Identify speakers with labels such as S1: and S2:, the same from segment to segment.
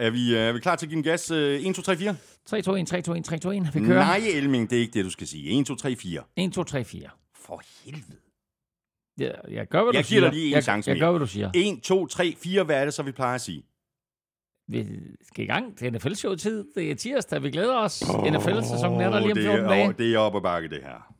S1: Er vi klar til at give en gas? 1, 2, 3, 4?
S2: 3, 2, 1, 3, 2, 1, 3, 2, 1. Vi kører.
S1: Nej, Elming, det er ikke det, du skal sige. 1, 2, 3, 4.
S2: 1, 2, 3, 4.
S1: For helvede.
S2: Jeg gør, hvad du siger.
S1: Jeg giver dig lige en chance mere.
S2: Jeg gør, hvad du siger.
S1: 1, 2, 3, 4. Hvad er det så, vi plejer at sige?
S2: Vi skal i gang til NFL-show-tid. Det er tirsdag, vi glæder os. NFL-sæsonen er der lige om 14 dage.
S1: Det er op ad bakke, det her.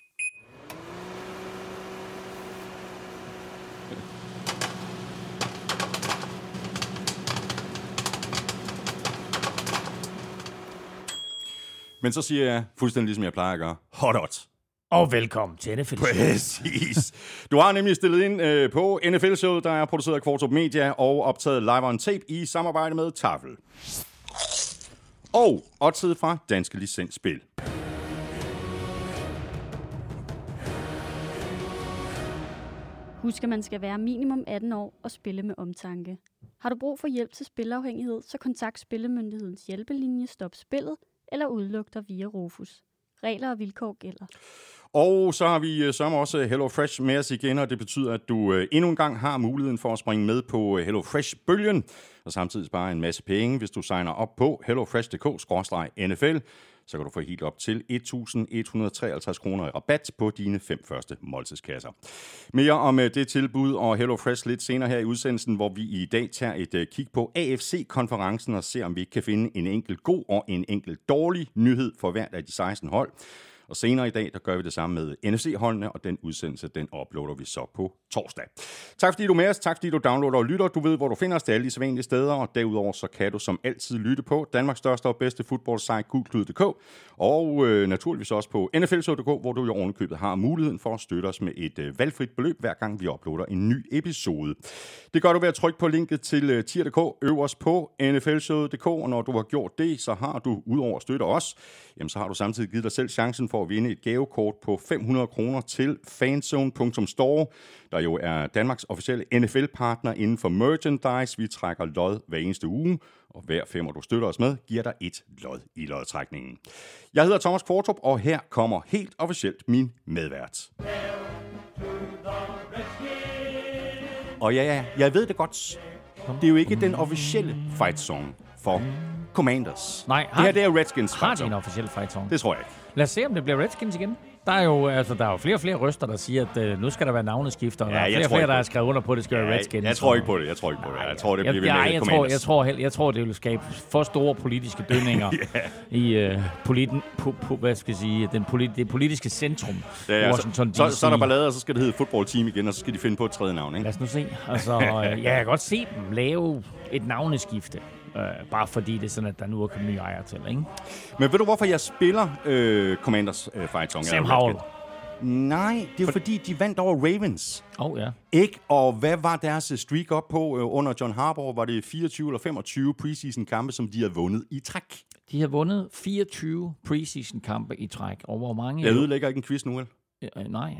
S1: Men så siger jeg, fuldstændig ligesom jeg plejer at gøre, hot odds.
S2: Og velkommen til NFL.
S1: Præcis. Du har nemlig stillet ind på NFL-showet, der er produceret af Kvartrup Media og optaget live on tape i samarbejde med Tafel. Og oddset fra Danske Licensspil.
S3: Husk, at man skal være minimum 18 år og spille med omtanke. Har du brug for hjælp til spilafhængighed, så kontakt Spillemyndighedens hjælpelinje Stop Spillet eller udluk dig via Rufus. Regler og vilkår gælder.
S1: Og så har vi også HelloFresh med os igen, og det betyder, at du endnu en gang har muligheden for at springe med på HelloFresh-bølgen, og samtidig spare en masse penge, hvis du signer op på hellofresh.dk/NFL. Så kan du få helt op til 1.153 kroner i rabat på dine 5 første måltidskasser. Mere om det tilbud og HelloFresh lidt senere her i udsendelsen, hvor vi i dag tager et kig på AFC-konferencen og ser, om vi ikke kan finde en enkelt god og en enkelt dårlig nyhed for hvert af de 16 hold. Og senere i dag, der gør vi det samme med NFC-holdene, og den udsendelse, den uploader vi så på torsdag. Tak fordi du er med os, tak fordi du downloader og lytter. Du ved, hvor du finder os til alle de sædvanlige steder, og derudover så kan du som altid lytte på Danmarks største og bedste fodboldsite, gulklud.dk, og naturligvis også på nflshow.dk, hvor du i ovenikøbet har muligheden for at støtte os med et valgfrit beløb, hver gang vi uploader en ny episode. Det gør du ved at trykke på linket til tier.dk øverst på nflshow.dk, og når du har gjort det, så har du, udover at støtte os, jamen så har du samtidig givet dig selv chancen for at vinde et gavekort på 500 kroner til fanzone.store, der jo er Danmarks officielle NFL-partner inden for merchandise. Vi trækker lod hver eneste uge, og hver 5, du støtter os med, giver dig et lod i lodtrækningen. Jeg hedder Thomas Kvartrup, og her kommer helt officielt min medvært. Og ja, jeg ved det godt. Det er jo ikke den officielle fight song for Commanders.
S2: Nej,
S1: det her det er Redskins
S2: fight song. Har de en officiel fight song?
S1: Det tror jeg ikke.
S2: Lad os se, om det bliver Redskins igen. Der er jo flere og flere røster, der siger, at nu skal der være navneskifter, og der er flere og flere, der har skrevet under på, at det skal være Redskins.
S1: Jeg tror ikke på det. Jeg tror, det bliver ved Commanders.
S2: Jeg tror, det vil skabe for store politiske dønninger i det politiske centrum i Washington D.C.
S1: Så er der ballade, og så skal det hedde Football Team igen, og så skal de finde på et tredje navn, ikke?
S2: Lad os nu se. Jeg kan godt se dem lave et navneskifte. Bare fordi det er sådan, at der nu er kommet nye ejere til, ikke?
S1: Men ved du, hvorfor jeg spiller Commanders fight song?
S2: Sam Howell.
S1: Nej, det er fordi, de vandt over Ravens.
S2: Ja.
S1: Ikke? Og hvad var deres streak op på under John Harbaugh? Var det 24 eller 25 preseason-kampe, som de havde vundet i træk?
S2: De har vundet 24 preseason-kampe i træk. Og hvor mange...
S1: Jeg ødelægger ikke en quiz nu, vel?
S2: Nej.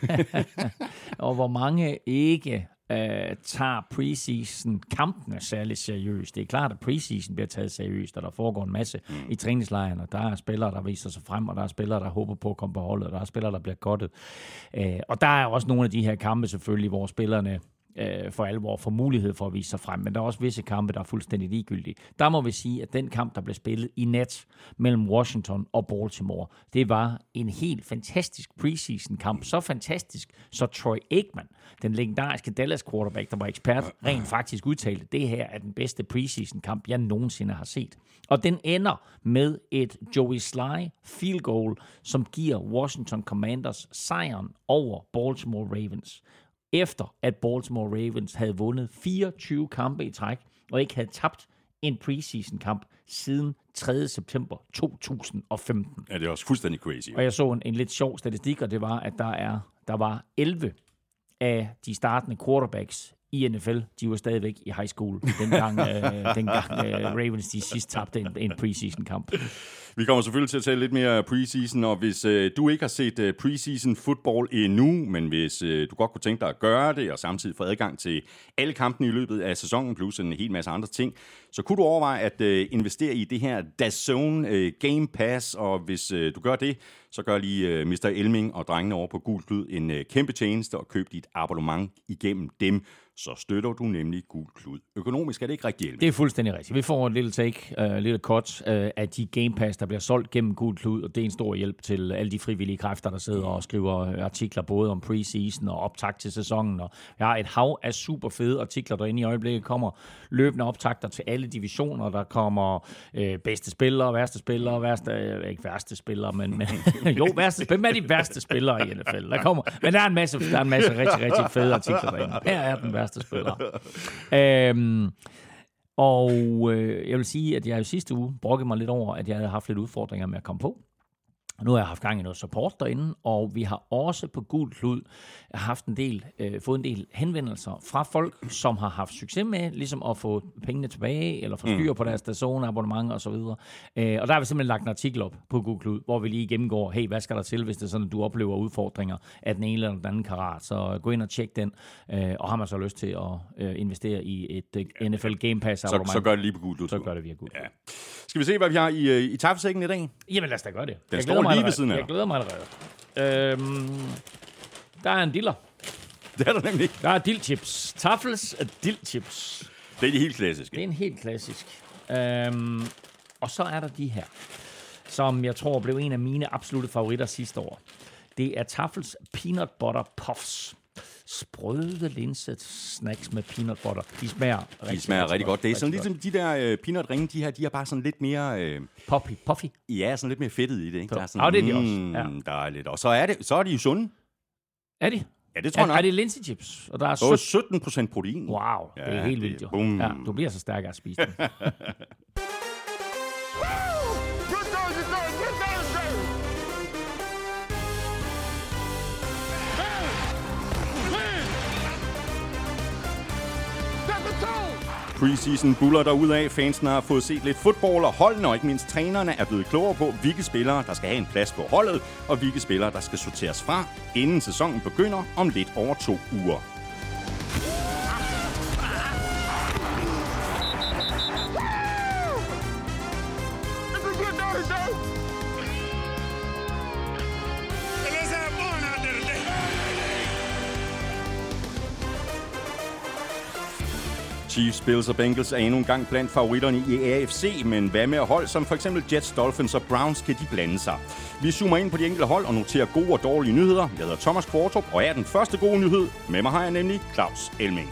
S2: Og hvor mange ikke... tager preseason-kampene særlig seriøst. Det er klart, at preseason bliver taget seriøst, og der foregår en masse i træningslejren, og der er spillere, der viser sig frem, og der er spillere, der håber på at komme på holdet, og der er spillere, der bliver gottet. Og der er også nogle af de her kampe selvfølgelig, hvor spillerne for alvor får mulighed for at vise sig frem, men der er også visse kampe, der er fuldstændig ligegyldige. Der må vi sige, at den kamp, der blev spillet i nat mellem Washington og Baltimore, det var en helt fantastisk preseason-kamp. Så fantastisk, så Troy Aikman, den legendariske Dallas quarterback, der var ekspert, rent faktisk udtalte, det her er den bedste preseason-kamp, jeg nogensinde har set. Og den ender med et Joey Sly field goal, som giver Washington Commanders sejren over Baltimore Ravens. Efter at Baltimore Ravens havde vundet 24 kampe i træk, og ikke havde tabt en preseason-kamp siden 3. september 2015.
S1: Ja, det er også fuldstændig crazy.
S2: Og jeg så en lidt sjov statistik, og det var, at der var 11 af de startende quarterbacks i NFL, de var stadigvæk i high school, dengang Ravens de sidst tabte en preseason-kamp.
S1: Vi kommer selvfølgelig til at tale lidt mere preseason, og hvis du ikke har set preseason football endnu, men hvis du godt kunne tænke dig at gøre det, og samtidig få adgang til alle kampene i løbet af sæsonen, plus en hel masse andre ting, så kunne du overveje at investere i det her DAZN Game Pass, og hvis du gør det, så gør lige Mr. Elming og drengene over på Gul Klud en kæmpe tjeneste, og køb dit abonnement igennem dem, så støtter du nemlig Gul Klud. Økonomisk er det ikke rigtig hjælp.
S2: Det er fuldstændig rigtigt. Vi får et lille take, lille cut af de Game Pass, der bliver solgt gennem Gul Klud, og det er en stor hjælp til alle de frivillige kræfter, der sidder og skriver artikler både om preseason og optakt til sæsonen. Og jeg har et hav af super fede artikler derinde i øjeblikket. Kommer løbende optakter til alle divisioner. Der kommer bedste spillere, værste spillere, ikke værste spillere, men jo, værste spillere, men de værste spillere i NFL. Der kommer, men der er en masse rigtig, rigtig fede artikler derinde. Her er den værste spiller. Jeg vil sige, at jeg i sidste uge brokkede mig lidt over, at jeg havde haft lidt udfordringer med at komme på. Nu har jeg haft gang i noget support derinde, og vi har også på Gul Klud fået en del henvendelser fra folk, som har haft succes med ligesom at få pengene tilbage, eller få styr på deres abonnement og så videre. Og der har vi simpelthen lagt en artikel op på Gul Klud, hvor vi lige gennemgår, hey, hvad skal der til, hvis det er sådan, at du oplever udfordringer af den ene eller den anden karat. Så gå ind og tjek den, og har man så lyst til at investere i et NFL Game Pass abonnement.
S1: Så gør det lige på Gul Klud.
S2: Så gør det via Gul Klud.
S1: Ja. Skal vi se, hvad vi har i taffesækken i dag?
S2: Jamen lad os da gøre det.
S1: Den står lige ved siden af.
S2: Jeg glæder mig allerede. Der er en diller.
S1: Det er der nemlig ikke.
S2: Der er dildchips. Tafels dildchips.
S1: Det er de helt klassiske.
S2: Det er en helt klassisk. Og så er der de her, som jeg tror blev en af mine absolutte favoritter sidste år. Det er Tafels Peanut Butter Puffs. Sprøde linse-snacks med peanut butter. De smager rigtig
S1: godt. Det er sådan ligesom de der peanut-ringe, de er bare sådan lidt mere...
S2: Puffy.
S1: Ja, sådan lidt mere fedtet i det, ikke? Der er sådan,
S2: ja, det er de også. Ja.
S1: Dejligt. Og så er de jo sunde.
S2: Er de?
S1: Ja, det tror jeg nok.
S2: Er det linsechips? Og der er
S1: 17% protein.
S2: Wow, det er helt vildt jo. Ja, du bliver så stærk af at spise den.
S1: Preseason buller derudad. Fansene har fået set lidt fodbold, og holdene og ikke mindst trænerne er blevet klogere på, hvilke spillere, der skal have en plads på holdet, og hvilke spillere, der skal sorteres fra, inden sæsonen begynder om lidt over 2 uger. Chiefs, Bills og Bengals er endnu en gang blandt favoritterne i AFC, men hvad med hold som for eksempel Jets, Dolphins og Browns, kan de blande sig? Vi zoomer ind på de enkelte hold og noterer gode og dårlige nyheder. Jeg hedder Thomas Kvartrup, og er den første gode nyhed. Med mig har jeg nemlig Claus Elming.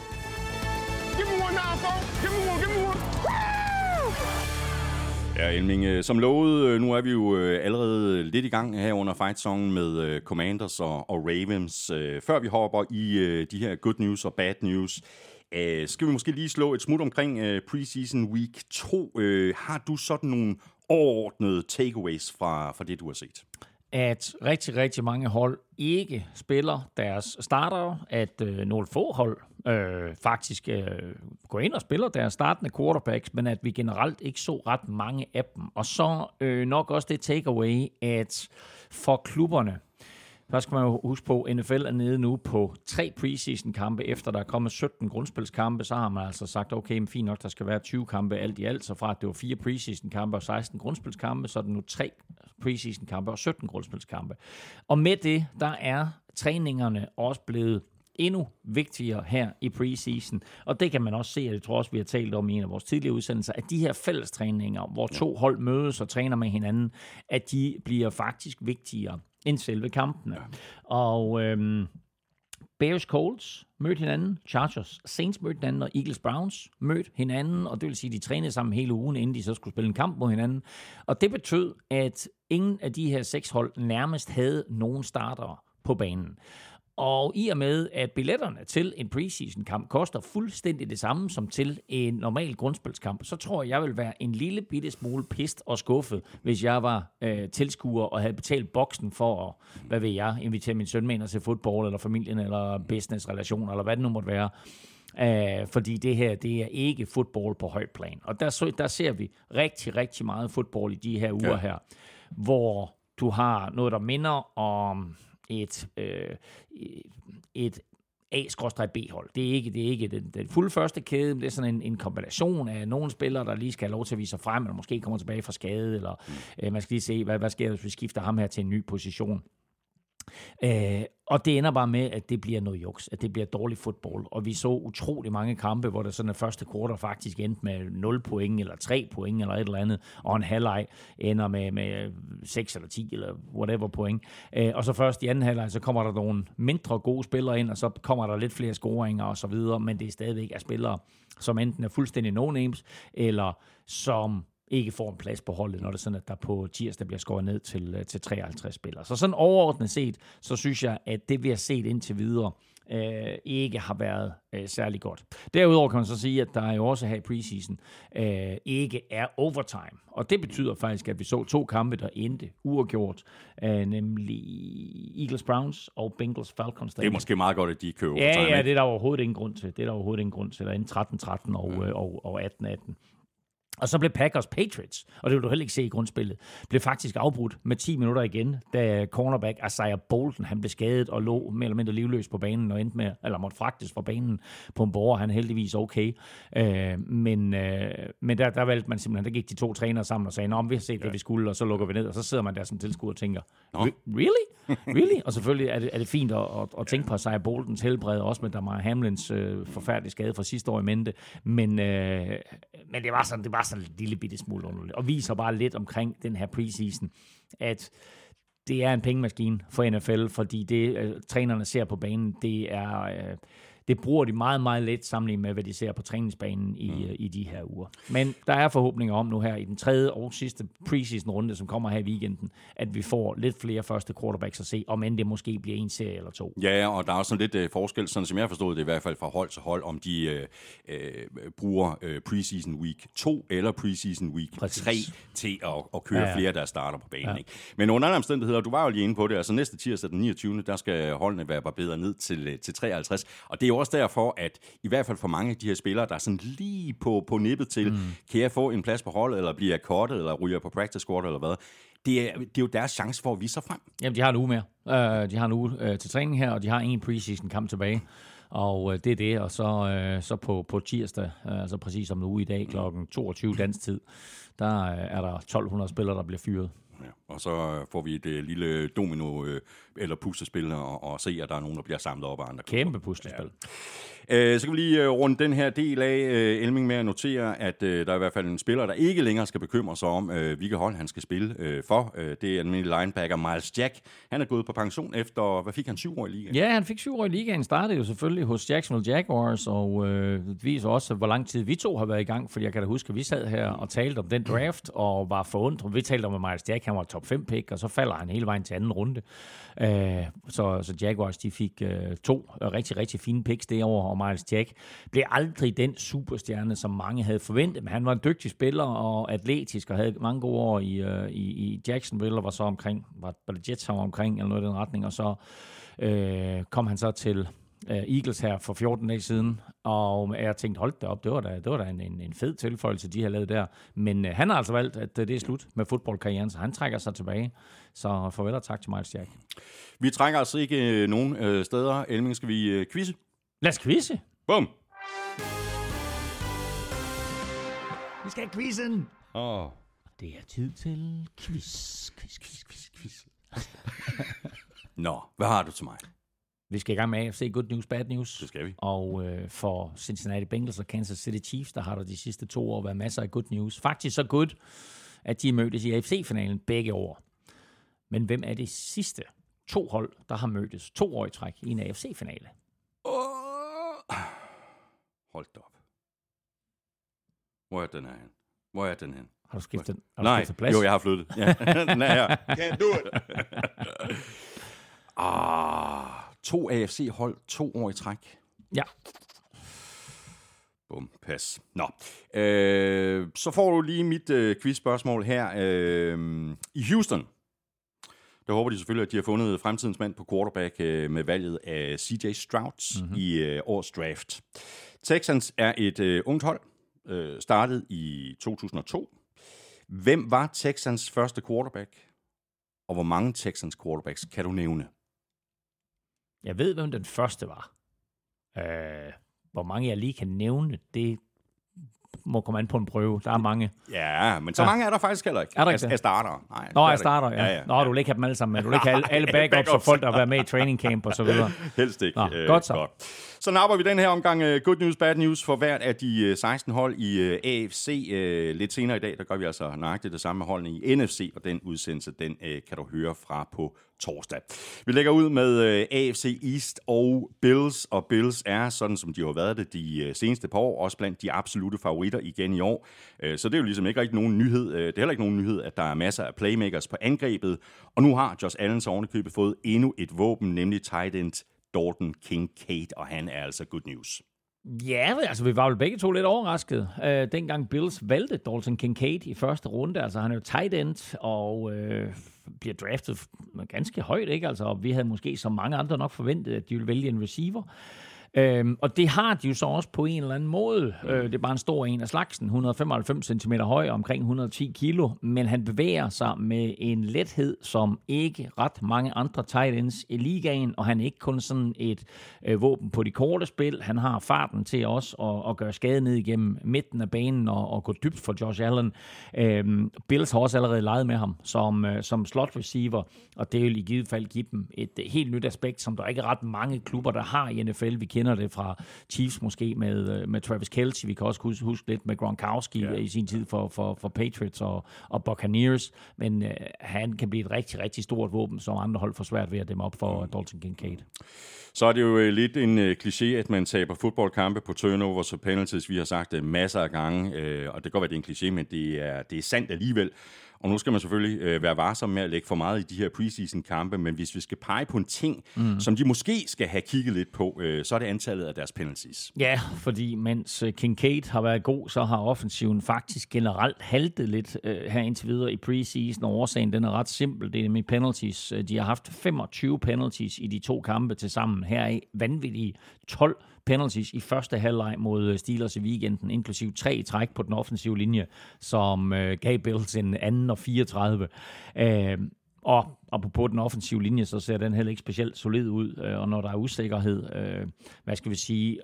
S1: Ja, Elming, som lovet, nu er vi jo allerede lidt i gang her under fight-songen med Commanders og Ravens. Før vi hopper i de her good news og bad news, skal vi måske lige slå et smut omkring preseason week 2. Har du sådan nogle overordnede takeaways fra det, du har set?
S2: At rigtig, rigtig mange hold ikke spiller deres startere, at nogle få hold faktisk går ind og spiller deres startende quarterbacks, men at vi generelt ikke så ret mange af dem. Og så nok også det takeaway, at for klubberne, der skal man jo huske på, at NFL er nede nu på 3 preseason-kampe. Efter der er kommet 17 grundspilskampe, så har man altså sagt, okay, men fint nok, der skal være 20 kampe alt i alt. Så fra at det var 4 preseason-kampe og 16 grundspilskampe, så er det nu 3 preseason-kampe og 17 grundspilskampe. Og med det, der er træningerne også blevet endnu vigtigere her i preseason. Og det kan man også se, og jeg tror også, vi har talt om i en af vores tidligere udsendelser, at de her fællestræninger, hvor 2 hold mødes og træner med hinanden, at de bliver faktisk vigtigere end selve kampene. Ja. Og Bears Colts mødte hinanden, Chargers Saints mødte hinanden, og Eagles Browns mødte hinanden, og det vil sige, at de trænede sammen hele ugen, inden de så skulle spille en kamp mod hinanden. Og det betød, at ingen af de her 6 hold nærmest havde nogen startere på banen. Og i og med, at billetterne til en preseason-kamp koster fuldstændig det samme som til en normal grundspilskamp, så tror jeg vil være en lille bitte smule pist og skuffet, hvis jeg var tilskuer og havde betalt boksen for at, hvad ved jeg, invitere min søn med ind og se fodbold, eller familien, eller business-relationer, eller hvad det nu måtte være. Fordi det her, det er ikke fodbold på højt plan. Og der ser vi rigtig, rigtig meget fodbold i de her uger her, hvor du har noget, der minder om et A-B-hold. Det er ikke den fulde første kæde, men det er sådan en kombination af nogle spillere, der lige skal have lov til at vise sig frem, eller måske kommer tilbage fra skade, eller man skal lige se, hvad sker, hvis vi skifter ham her til en ny position. Og det ender bare med, at det bliver noget juks, at det bliver dårlig fodbold. Og vi så utrolig mange kampe, hvor der sådan en første kvartal faktisk endte med 0 point, eller 3 point, eller et eller andet, og en halvleg ender med 6 eller 10, eller whatever point. Og så først i anden halvleg, så kommer der nogle mindre gode spillere ind, og så kommer der lidt flere scoringer og så videre, men det er stadigvæk af spillere, som enten er fuldstændig no-names, eller som ikke får en plads på holdet, når det er sådan, at der på tirsdag bliver skåret ned til 53 spillere. Så sådan overordnet set, så synes jeg, at det vi har set indtil videre, ikke har været særlig godt. Derudover kan man så sige, at der jo også her i preseason ikke er overtime. Og det betyder faktisk, at vi så 2 kampe, der endte uafgjort, nemlig Eagles-Browns og Bengals-Falcons.
S1: Det er måske meget godt, at de køber overtime.
S2: Ja, det er der overhovedet ingen grund til. Der endte 13-13 og 18-18. Og så blev Packers Patriots, og det vil du heller ikke se i grundspillet, blev faktisk afbrudt med 10 minutter igen, da cornerback Isaiah Bolton, han blev skadet og lå mere eller mindre livløs på banen og endte med, eller måtte fragtes fra banen på en borger. Han er heldigvis okay. Men der valgte man simpelthen, der gik de 2 trænere sammen og sagde, nå, vi har set det, vi skulle, og så lukker vi ned, og så sidder man der som tilskuer og tænker, really? Og selvfølgelig er det fint at tænke på Isaiah Boltons helbred, også med Damar Hamlins forfærdelige skade fra sidste år i mente, men det var sådan en lille bitte smule underligt, og viser bare lidt omkring den her preseason, at det er en pengemaskine for NFL, fordi det trænerne ser på banen, det bruger de meget, meget let sammenlignet med, hvad de ser på træningsbanen i de her uger. Men der er forhåbninger om nu her i den 3. og sidste preseason-runde, som kommer her i weekenden, at vi får lidt flere første quarterbacks at se, om end det måske bliver en serie eller 2.
S1: Ja, og der er også sådan lidt forskel, sådan som jeg forstod det i hvert fald fra hold til hold, om de bruger preseason week 2 eller preseason week 3 til at køre flere, der starter på banen. Ja. Ikke? Men under andre omstændigheder, du var jo lige inde på det, altså næste tirsdag den 29. der skal holdene være barberet ned til 53, og det er jo også derfor, at i hvert fald for mange af de her spillere, der er sådan lige på nippet til, kan jeg få en plads på holdet, eller bliver jeg cuttet, eller ryger jeg på practice squad, eller hvad. Det er jo deres chance for at vise sig frem.
S2: Jamen, de har en uge mere. De har en uge til træning her, og de har en preseason-kamp tilbage. Og det er det, og så på tirsdag, altså præcis om en uge i dag, kl. 22 dansk tid, der er der 1200 spillere, der bliver fyret.
S1: Ja, og så får vi et lille domino eller puslespil og se, at der er nogen, der bliver samlet op af andre.
S2: Kæmpe puslespil.
S1: Ja. Så kan vi lige runde den her del af, Elming, med at notere, at der er i hvert fald en spiller, der ikke længere skal bekymre sig om, hvilket hold han skal spille for. Det er den linebacker Miles Jack. Han er gået på pension efter, hvad fik han, 7 år i ligaen?
S2: Ja, han fik 7 år i ligaen. Startede jo selvfølgelig hos Jacksonville Jaguars, og det viser også, hvor lang tid vi 2 har været i gang, fordi jeg kan da huske, at vi sad her og talte om den draft, og var forundret. Vi talte om, at Miles Jack, han var top 5 pick, og så falder han hele vejen til anden runde. Så Jaguars, de fik 2 rigtig, rigtig fine picks derovre, og Miles Jack blev aldrig den superstjerne, som mange havde forventet, men han var en dygtig spiller og atletisk, og havde mange gode år i Jacksonville, og var så omkring, var det Jets, han var omkring, eller noget i den retning, og så kom han så til Eagles her for 14 dage siden, og jeg tænkte, hold da op, det var da en fed tilføjelse, de har lavet der. Men han har altså valgt, at det er slut med fodboldkarrieren, så han trækker sig tilbage. Så farvel og tak til Miles Jack.
S1: Vi trækker altså ikke nogen steder. Elming, skal vi quizze?
S2: Lad os quizze.
S1: Bum!
S2: Vi skal have quizzen. Det er tid til quiz.
S1: Nå, hvad har du til mig?
S2: Vi skal i gang med AFC Good News, Bad News.
S1: Det skal vi.
S2: Og for Cincinnati Bengals og Kansas City Chiefs, der har der de sidste 2 år været masser af good news. Faktisk så good, at de mødtes i AFC-finalen begge år. Men hvem er de sidste 2 hold, der har mødtes 2 år i træk i en AFC-finale?
S1: Hold da op. Hvor er den hen?
S2: Har du skiftet,
S1: plads? Jo, jeg har flyttet. Ja. Den er her. Can't do it. 2 AFC-hold 2 år i træk.
S2: Ja.
S1: Bum, pas. Nå. Så får du lige mit quizspørgsmål her. I Houston, der håber de selvfølgelig, at de har fundet fremtidens mand på quarterback med valget af CJ Stroud i årets draft. Texans er et ungt hold, startet i 2002. Hvem var Texans første quarterback? Og hvor mange Texans quarterbacks kan du nævne?
S2: Jeg ved, hvem den første var. Hvor mange jeg lige kan nævne, det må komme an på en prøve. Der er mange.
S1: Ja, men så mange er der faktisk heller ikke.
S2: Er der ikke
S1: af starter. Nej,
S2: Nå, jeg starter, ja. Nå, du vil ikke have dem alle sammen med. Du vil ikke have alle backups og folk, der har været med i training camp og så videre.
S1: Helst ikke.
S2: Nå, godt så.
S1: Godt. Så napper vi den her omgang good news, bad news for hvert af de 16 hold i AFC. Lidt senere i dag, der gør vi altså nøjagtigt det samme med holdene i NFC, og den udsendelse, den kan du høre fra på torsdag. Vi lægger ud med AFC East og Bills er, sådan som de har været det de seneste par år, også blandt de absolute favoritter igen i år. Så det er jo ligesom ikke rigtig nogen nyhed. Det er heller ikke nogen nyhed, at der er masser af playmakers på angrebet, og nu har Josh Allen så ovenikøbet fået endnu et våben, nemlig tight end Dalton Kincaid, og han er altså good news.
S2: Ja, altså vi var vel begge to lidt overrasket, dengang Bills valgte Dalton Kincaid i første runde. Altså han er jo tight end og bliver draftet ganske højt, ikke? Altså vi havde måske som mange andre nok forventet, at de ville vælge en receiver. Og det har de jo så også på en eller anden måde. Det er bare en stor en af slagsen, 195 cm høj og omkring 110 kilo, men han bevæger sig med en lethed, som ikke ret mange andre tight ends i ligaen, og han er ikke kun sådan et våben på de korte spil. Han har farten til også at gøre skade ned igennem midten af banen og gå dybt for Josh Allen. Bills har også allerede leget med ham som slot receiver, og det vil i givet fald give dem et helt nyt aspekt, som der ikke er ret mange klubber, der har i NFL. Vi kender det fra Chiefs måske med Travis Kelce. Vi kan også huske lidt med Gronkowski i sin tid for Patriots og Buccaneers. Men han kan blive et rigtig, rigtig stort våben, som andre hold får svært ved at dæmme op for Dalton Kincaid.
S1: Så er det jo lidt en kliché, at man taber fodboldkampe på turnovers og penalties. Vi har sagt det masser af gange, og det kan godt være, det er en kliché, men det er sandt alligevel. Og nu skal man selvfølgelig være varsom med at lægge for meget i de her preseason-kampe, men hvis vi skal pege på en ting, som de måske skal have kigget lidt på, så er det antallet af deres penalties.
S2: Ja, fordi mens Kincaid har været god, så har offensiven faktisk generelt haltet lidt her indtil videre i preseason, og årsagen den er ret simpel. Det er med penalties. De har haft 25 penalties i de to kampe til sammen. Heraf vanvittige 12 penalties i første halvleg mod Steelers i weekenden, inklusiv 3 i træk på den offensive linje, som gav Bills en anden og 34. Og på den offensive linje, så ser den heller ikke specielt solid ud, og når der er usikkerhed, hvad skal vi sige,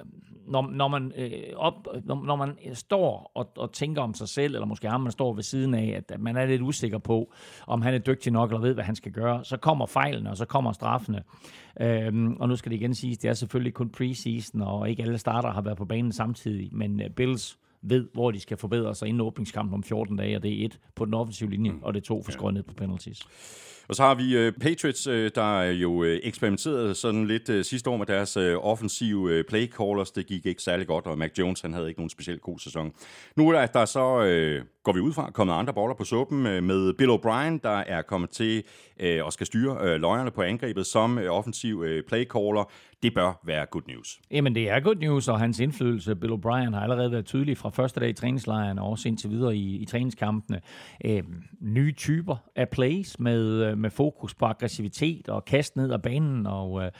S2: når man står og tænker om sig selv, eller måske man står ved siden af, at man er lidt usikker på, om han er dygtig nok, eller ved, hvad han skal gøre, så kommer fejlene, og så kommer straffene. Og nu skal det igen siges, det er selvfølgelig kun preseason, og ikke alle starter har været på banen samtidig, men Bills ved, hvor de skal forbedre sig inden åbningskampen om 14 dage, og det er 1 på den offensive linje, og det er 2 for skåret ned på penalties.
S1: Og så har vi Patriots, der jo eksperimenterede sådan lidt sidste år med deres offensive playcallers. Det gik ikke særlig godt, og Mac Jones han havde ikke nogen specielt god sæson. Nu er der så, går vi ud fra, kommet andre boller på suppen med Bill O'Brien, der er kommet til og skal styre løjerne på angrebet som offensiv playcaller. Det bør være good news.
S2: Jamen, det er good news, og hans indflydelse, Bill O'Brien, har allerede været tydelig fra første dag i træningslejren og også indtil videre i træningskampene. Nye typer af plays med fokus på aggressivitet og kast ned ad banen og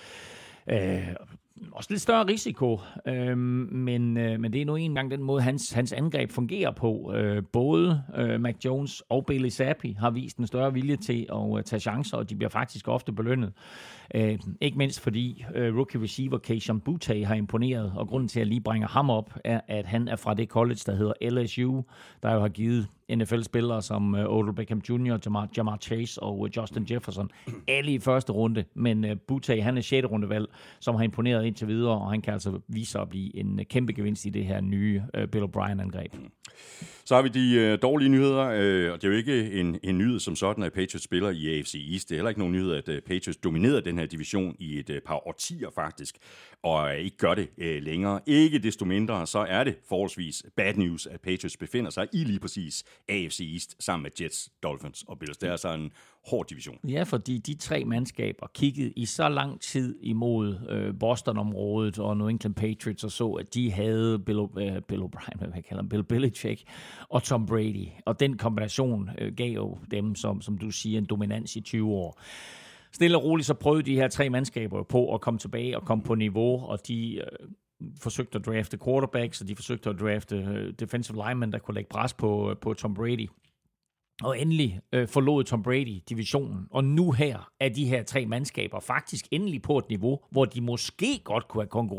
S2: også lidt større risiko, men det er nu engang den måde, hans angreb fungerer på. Både Mac Jones og Bailey Zappi har vist en større vilje til at tage chancer, og de bliver faktisk ofte belønnet. Ikke mindst fordi rookie receiver Kayshon Boutte har imponeret, og grunden til, at jeg lige bringer ham op, er, at han er fra det college, der hedder LSU, der jo har givet NFL-spillere som Odell Beckham Jr., Jamar Chase og Justin Jefferson, alle i første runde, men Boutte, han er 6. rundevalg, som har imponeret indtil videre, og han kan altså vise sig at blive en kæmpe gevinst i det her nye Bill O'Brien-angreb.
S1: Så har vi de dårlige nyheder, og det er jo ikke en nyhed som sådan, at Patriots spiller i AFC East. Det er heller ikke nogen nyhed, at Patriots dominerede den her division i et par årtier faktisk, og ikke gør det længere. Ikke desto mindre, så er det forholdsvis bad news, at Patriots befinder sig i lige præcis AFC East sammen med Jets, Dolphins og Bills. Det er altså en hård division.
S2: Ja, fordi de 3 mandskaber kiggede i så lang tid imod Boston-området og New England Patriots og så, at de havde Bill O'Brien, hvad jeg kalder Bill Belichick og Tom Brady. Og den kombination gav jo dem, som du siger, en dominans i 20 år. Stille og roligt så prøvede de her 3 mandskaber på at komme tilbage og komme på niveau, og de forsøgte at drafte quarterbacks, og de forsøgte at drafte defensive linemen, der kunne lægge pres på Tom Brady. Og endelig forlod Tom Brady divisionen, og nu her er de her 3 mandskaber faktisk endelig på et niveau, hvor de måske godt kunne have konkurreret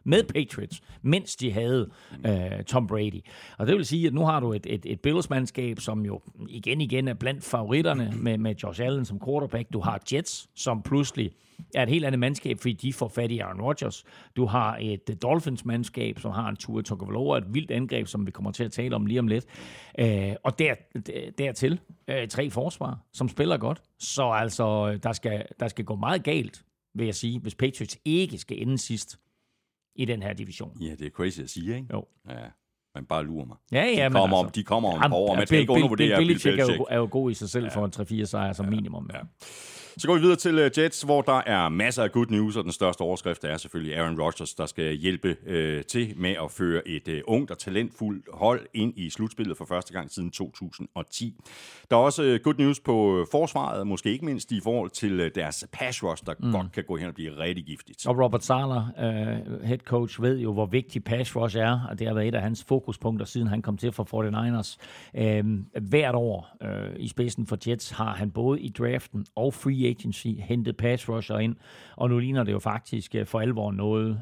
S2: med Patriots, mens de havde Tom Brady. Og det vil sige, at nu har du et Bills-mandskab, som jo igen er blandt favoritterne med Josh Allen som quarterback. Du har Jets, som pludselig er et helt andet mandskab, fordi de får fat i Aaron Rodgers. Du har et Dolphins-mandskab, som har en Tua Tagovailoa, et vildt angreb, som vi kommer til at tale om lige om lidt. Og dertil 3 forsvar, som spiller godt. Så altså, der skal gå meget galt, vil jeg sige, hvis Patriots ikke skal ende sidst i den her division.
S1: Ja, det er crazy at sige, ikke?
S2: Jo.
S1: Ja, men bare lurer mig.
S2: Ja,
S1: de kommer om et par år. Man skal ikke undervurdere
S2: Bill Belichick er jo god i sig selv for en 3-4 sejre som minimum.
S1: Ja. Så går vi videre til Jets, hvor der er masser af good news, og den største overskrift er selvfølgelig Aaron Rodgers, der skal hjælpe til med at føre et ungt og talentfuldt hold ind i slutspillet for første gang siden 2010. Der er også good news på forsvaret, måske ikke mindst i forhold til deres pass rush, der godt kan gå hen og blive rigtig giftigt.
S2: Og Robert Saleh, head coach, ved jo, hvor vigtig pass rush er, og det har været et af hans fokuspunkter, siden han kom til for 49ers. Hvert år i spidsen for Jets har han både i draften og free agency hentet pass rusher ind, og nu ligner det jo faktisk for alvor noget.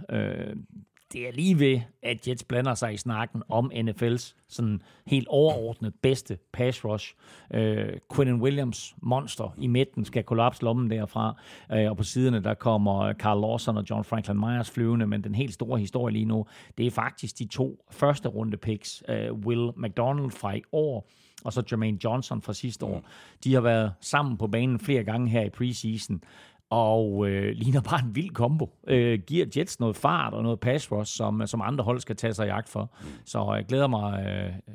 S2: Det er lige ved, at Jets blander sig i snakken om NFL's sådan helt overordnet bedste pass rush. Quinnen Williams, monster i midten, skal kollapse lommen derfra, og på siderne der kommer Carl Lawson og John Franklin Myers flyvende, men den helt store historie lige nu, det er faktisk de 2 første runde picks, Will McDonald fra i år, og så Jermaine Johnson fra sidste år. De har været sammen på banen flere gange her i preseason, og ligner bare en vild kombo. Giver Jets noget fart og noget pass rush, som andre hold skal tage sig i jagt for. Så jeg glæder mig,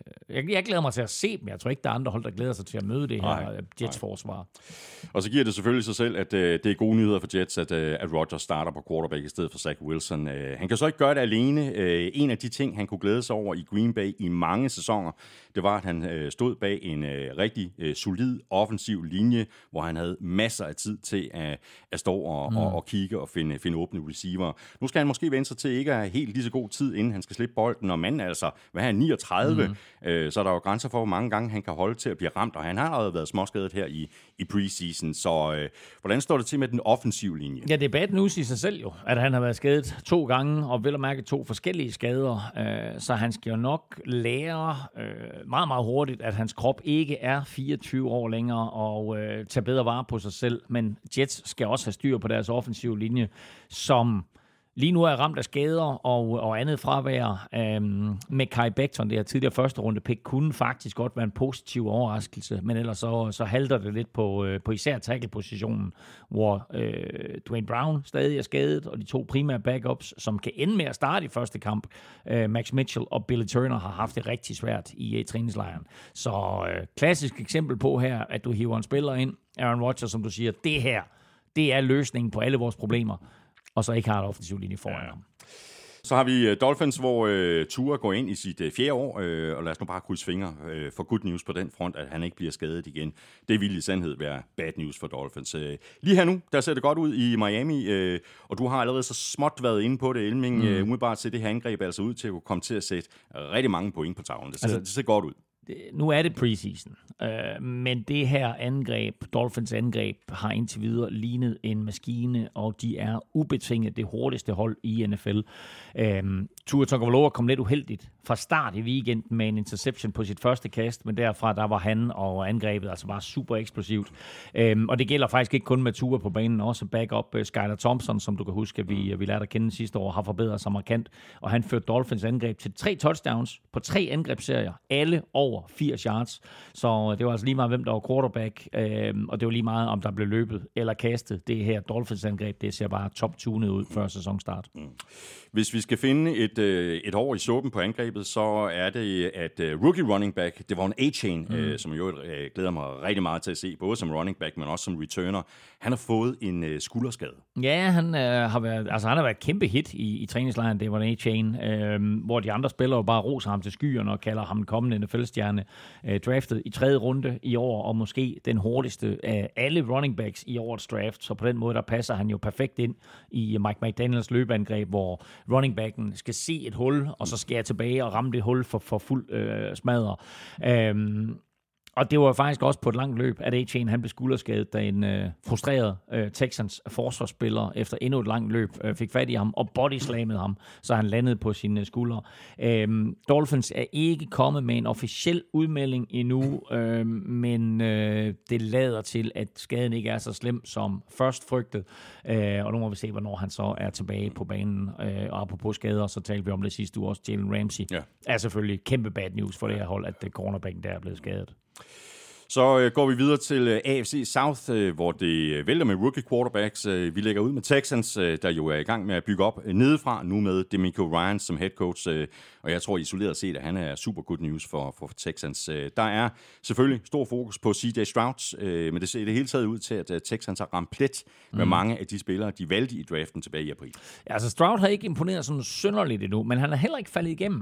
S2: jeg glæder mig til at se dem. Jeg tror ikke, der er andre hold, der glæder sig til at møde det her Jets-forsvar.
S1: Og så giver det selvfølgelig sig selv, at det er gode nyheder for Jets, at Rodgers starter på quarterback i stedet for Zach Wilson. Han kan så ikke gøre det alene. En af de ting, han kunne glæde sig over i Green Bay i mange sæsoner, det var, at han stod bag en rigtig solid offensiv linje, hvor han havde masser af tid til at stå og kigge og finde åbne receiver. Nu skal han måske vende sig til ikke at have helt lige så god tid, inden han skal slippe bolden, og manden altså, hvad er han, 39, så er der jo grænser for, hvor mange gange han kan holde til at blive ramt, og han har allerede været småskadet her i preseason, så hvordan står det til med den offensive linje?
S2: Ja, det er bad news i sig selv jo, at han har været skadet 2 gange, og vel at mærke 2 forskellige skader, så han skal jo nok lære meget, meget hurtigt, at hans krop ikke er 24 år længere, og tage bedre vare på sig selv, men Jets skal også have styr på deres offensive linje, som lige nu er ramt af skader og andet fravær. Med Kai Becton, det her tidligere første runde pick, kunne faktisk godt være en positiv overraskelse, men ellers så halter det lidt på især tackle-positionen, hvor Dwayne Brown stadig er skadet, og de 2 primære backups, som kan ende med at starte i første kamp, Max Mitchell og Billy Turner, har haft det rigtig svært i træningslejren. Så klassisk eksempel på her, at du hiver en spiller ind, Aaron Rodgers, som du siger, det er løsningen på alle vores problemer, og så ikke har et offensiv linje foran ham.
S1: Så har vi Dolphins, hvor Tua går ind i sit 4. år, og lad os nu bare krydse fingre for good news på den front, at han ikke bliver skadet igen. Det vil i sandhed være bad news for Dolphins. Lige her nu, der ser det godt ud i Miami, og du har allerede så småt været inde på det, Elming. Umiddelbart ser det her angreb altså ud til at komme til at sætte rigtig mange point på tavlen. Det ser godt ud.
S2: Nu er det preseason, men det her angreb, Dolphins angreb, har indtil videre lignet en maskine, og de er ubetinget det hurtigste hold i NFL. Tua Tagovailoa kom lidt uheldigt fra start i weekenden med en interception på sit første kast, men derfra der var han og angrebet altså bare super eksplosivt. Og det gælder faktisk ikke kun med Tua på banen, også backup Skylar Thompson, som du kan huske, vi lærte at kende sidste år, har forbedret sig markant, og han førte Dolphins angreb til 3 touchdowns på 3 angrebsserier, alle over 80 yards. Så det var altså lige meget, hvem der var quarterback, og det var lige meget, om der blev løbet eller kastet. Det her Dolphins angreb, det ser bare top-tunet ud før sæsonstart.
S1: Hvis vi skal finde et år i suppen på angrebet, så er det, at rookie running back, det var en A-chain, som jeg glæder mig rigtig meget til at se, både som running back, men også som returner. Han har fået en skulderskade.
S2: Ja, han har været et kæmpe hit i træningslejren, det var en A-chain, hvor de andre spillere bare roser ham til skyerne og kalder ham kommende NFL-stjerne, draftet i 3. runde i år, og måske den hurtigste af alle running backs i årets draft, så på den måde, der passer han jo perfekt ind i Mike McDaniels løbeangreb, hvor running backen skal se et hul, og så skære tilbage og ramme det hul for fuld smadre. Og det var faktisk også på et langt løb, at Etienne han blev skulderskadet, da en frustreret Texans forsvarsspiller efter endnu et langt løb fik fat i ham og bodyslammede ham, så han landede på sine skuldre. Dolphins er ikke kommet med en officiel udmelding endnu, men det lader til, at skaden ikke er så slem som først frygtet. Og nu må vi se, hvornår han så er tilbage på banen. Og apropos skader, så talte vi om det sidste uge også. Jalen Ramsey er selvfølgelig kæmpe bad news for det her hold, at cornerbacken der er blevet skadet.
S1: Så går vi videre til AFC South, hvor det vælter med rookie quarterbacks. Vi lægger ud med Texans, der jo er i gang med at bygge op nedefra, nu med DeMeco Ryans som head coach. Og jeg tror isoleret set, at han er super good news for Texans. Der er selvfølgelig stor fokus på CJ Stroud, men det ser i det hele taget ud til, at Texans har ramt plet med mange af de spillere, de valgte i draften tilbage i april.
S2: Ja, altså Stroud har ikke imponeret sådan synderligt endnu, men han er heller ikke faldet igennem.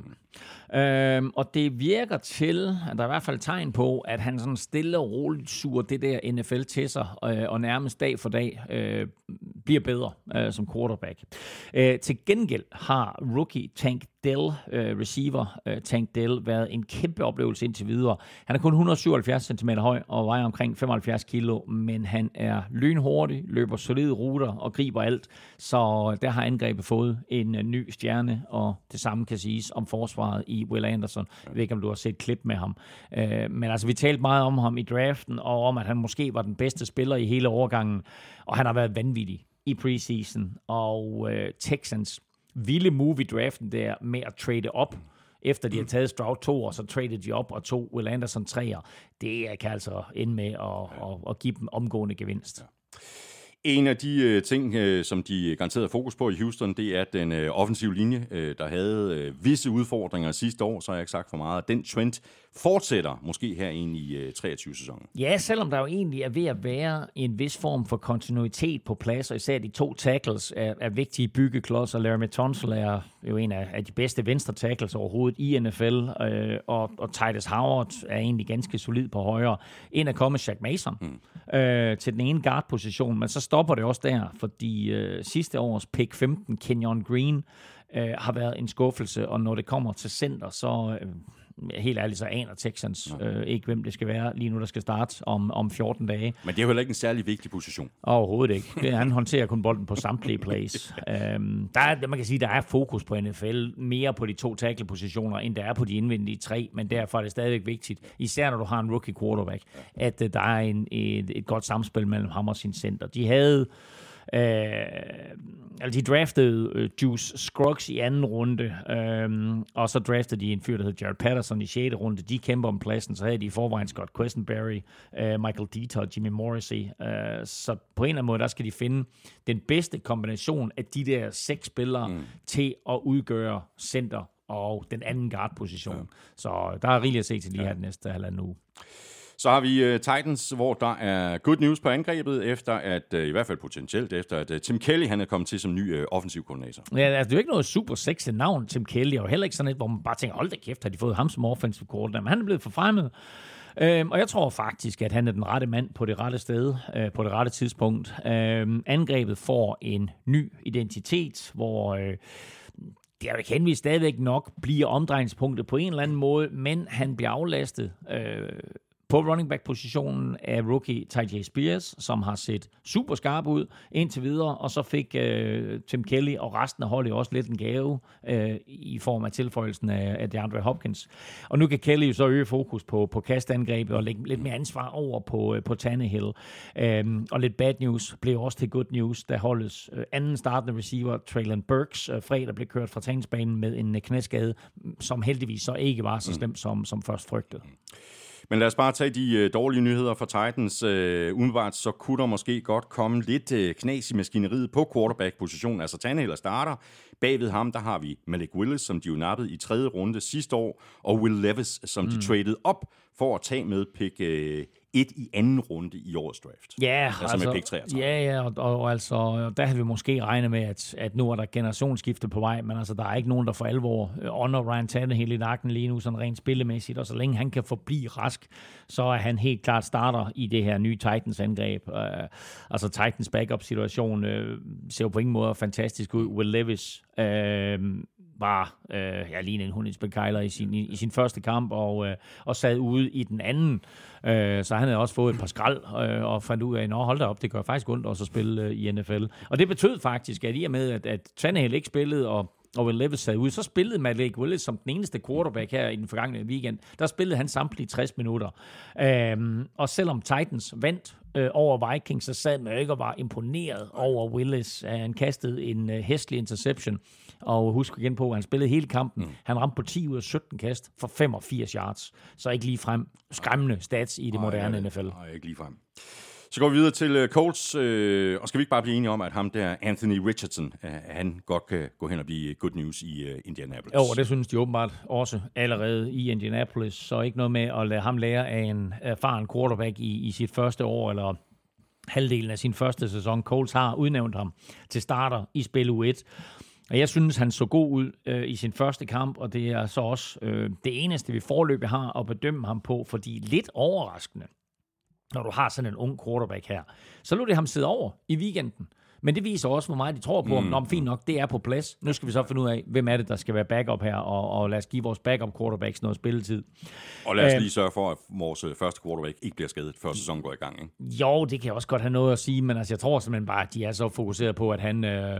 S2: Og det virker til, at der er i hvert fald tegn på, at han sådan stille og roligt suger det der NFL til sig, og nærmest dag for dag bliver bedre som quarterback. Til gengæld har rookie Tank Dell, receiver Tank Dell, været en kæmpe oplevelse indtil videre. Han er kun 177 cm høj og vejer omkring 75 kilo, men han er lynhurtig, løber solide ruter og griber alt, så der har angrebet fået en ny stjerne, og det samme kan siges om forsvaret i Will Anderson. Jeg ved ikke, om du har set klip med ham. Men altså, vi talte meget om ham i draften, og om, at han måske var den bedste spiller i hele årgangen, og han har været vanvittig i preseason, og Texans vilde move i draften der med at trade op, efter de har taget Stroud 2, og så traded de op og tog Will Anderson 3'er. Det kan altså ende med at give dem omgående gevinst. Ja.
S1: En af de ting, som de garanteret fokus på i Houston, det er den offensive linje, der havde visse udfordringer sidste år, så har jeg ikke sagt for meget. Den trend fortsætter måske her ind i 23-sæsonen.
S2: Ja, selvom der jo egentlig er ved at være en vis form for kontinuitet på plads, og især de to tackles er vigtige byggeklodser. Laramie Tunsil er jo en af de bedste venstre tackles overhovedet i NFL, og Titus Howard er egentlig ganske solid på højre. En er kommet Shaq Mason til den ene guard-position, men så stopper det også der, fordi sidste års pick 15, Kenyon Green, har været en skuffelse, og når det kommer til center, så helt ærligt, så aner Texans ikke, hvem det skal være lige nu, der skal starte om 14 dage.
S1: Men det er jo heller ikke en særlig vigtig position.
S2: Overhovedet ikke. Han håndterer kun bolden på samtlige plays. Man kan sige, der er fokus på NFL mere på de to tackle-positioner, end der er på de indvendige 3, men derfor er det stadigvæk vigtigt, især når du har en rookie quarterback, at der er et godt samspil mellem ham og sin center. De havde de draftede Juice Scruggs i anden runde, og så draftede de en fyr, der hed Jared Patterson i 6. runde. De kæmper om pladsen, så havde de i forvejen Scott Questenberry, Michael Dieter og Jimmy Morrissey. Så på en eller anden måde, der skal de finde den bedste kombination af de der 6 spillere til at udgøre center og den anden guard-position. Ja. Så der er rigeligt at se til lige her den næste halvanden uge.
S1: Så har vi Titans, hvor der er good news på angrebet, efter at, i hvert fald potentielt, efter at Tim Kelly han er kommet til som ny offensiv koordinator.
S2: Ja, altså, det er jo ikke noget super sexy navn, Tim Kelly, og heller ikke sådan et, hvor man bare tænker, hold da kæft, har de fået ham som offensiv koordinator, men han er blevet forfremmet. Og jeg tror faktisk, at han er den rette mand på det rette sted, på det rette tidspunkt. Angrebet får en ny identitet, hvor det er jo kendeligt stadigvæk nok bliver omdrejningspunktet på en eller anden måde, men han bliver aflastet på running back-positionen af rookie Tyjae Spears, som har set super skarp ud indtil videre, og så fik Tim Kelly og resten af holdet også lidt en gave i form af tilføjelsen af DeAndre Hopkins. Og nu kan Kelly jo så øge fokus på kastangrebet og lægge lidt mere ansvar over på Tannehill. Og lidt bad news blev også til good news, da holdets anden startende receiver, Traylon Burks, fredag blev kørt fra træningsbanen med en knæskade, som heldigvis så ikke var så slemt som først frygtet.
S1: Men lad os bare tage de dårlige nyheder for Titans. Umiddelbart så kunne der måske godt komme lidt knas i maskineriet på quarterback-positionen. Altså Tannehill starter. Bagved ham, der har vi Malik Willis, som de jo nappede i 3. runde sidste år, og Will Levis, som de traded op for at tage med pick 1 i 2. runde i årets draft.
S2: Ja,
S1: altså med pick 33.
S2: Ja, og altså, der havde vi måske regnet med, at nu er der generationsskifte på vej, men altså, der er ikke nogen, der for alvor under Ryan Tannehill i nakken lige nu, sådan rent spillemæssigt, og så længe han kan forblive rask, så er han helt klart starter i det her nye Titans-angreb. Altså, Titans backup-situation ser jo på ingen måde fantastisk ud. Will Levis var lige en hundespilkejler i sin første kamp, og sad ude i den anden. Så han havde også fået et par skrald, og fandt ud af, hold da op, det gør faktisk ondt også at spille i NFL. Og det betød faktisk, at i og med, at Tannehill ikke spillede, og Will Levis sad ude, så spillede Malik Willis som den eneste quarterback her i den forgangne weekend. Der spillede han samtlige 60 minutter. Og selvom Titans vandt over Vikings, så sad man ikke og var imponeret over Willis. Han kastede en hæslig interception, og husk igen på, at han spillede hele kampen. Han ramte på 10 ud af 17 kast for 85 yards. Så ikke lige frem skræmmende stats i det moderne NFL.
S1: Nej, ikke lige frem. Så går vi videre til Colts, og skal vi ikke bare blive enige om, at ham der, Anthony Richardson, han godt kan gå hen og blive good news i Indianapolis?
S2: Jo, og det synes de åbenbart også allerede i Indianapolis, så ikke noget med at lade ham lære af en erfaren quarterback i sit første år, eller halvdelen af sin første sæson. Colts har udnævnt ham til starter i spil U1. Og jeg synes, han så god ud i sin første kamp, og det er så også det eneste, vi foreløbig har at bedømme ham på, fordi lidt overraskende, når du har sådan en ung quarterback her, så lod det ham sidde over i weekenden. Men det viser også, hvor meget de tror på, om fint nok, det er på plads. Nu skal vi så finde ud af, hvem er det, der skal være backup her, og lad os give vores backup quarterbacks noget spilletid.
S1: Og lad os lige sørge for, at vores første quarterback ikke bliver skadet, før sæsonen går i gang, ikke?
S2: Jo, det kan også godt have noget at sige, men altså, jeg tror simpelthen bare, at de er så fokuseret på, at han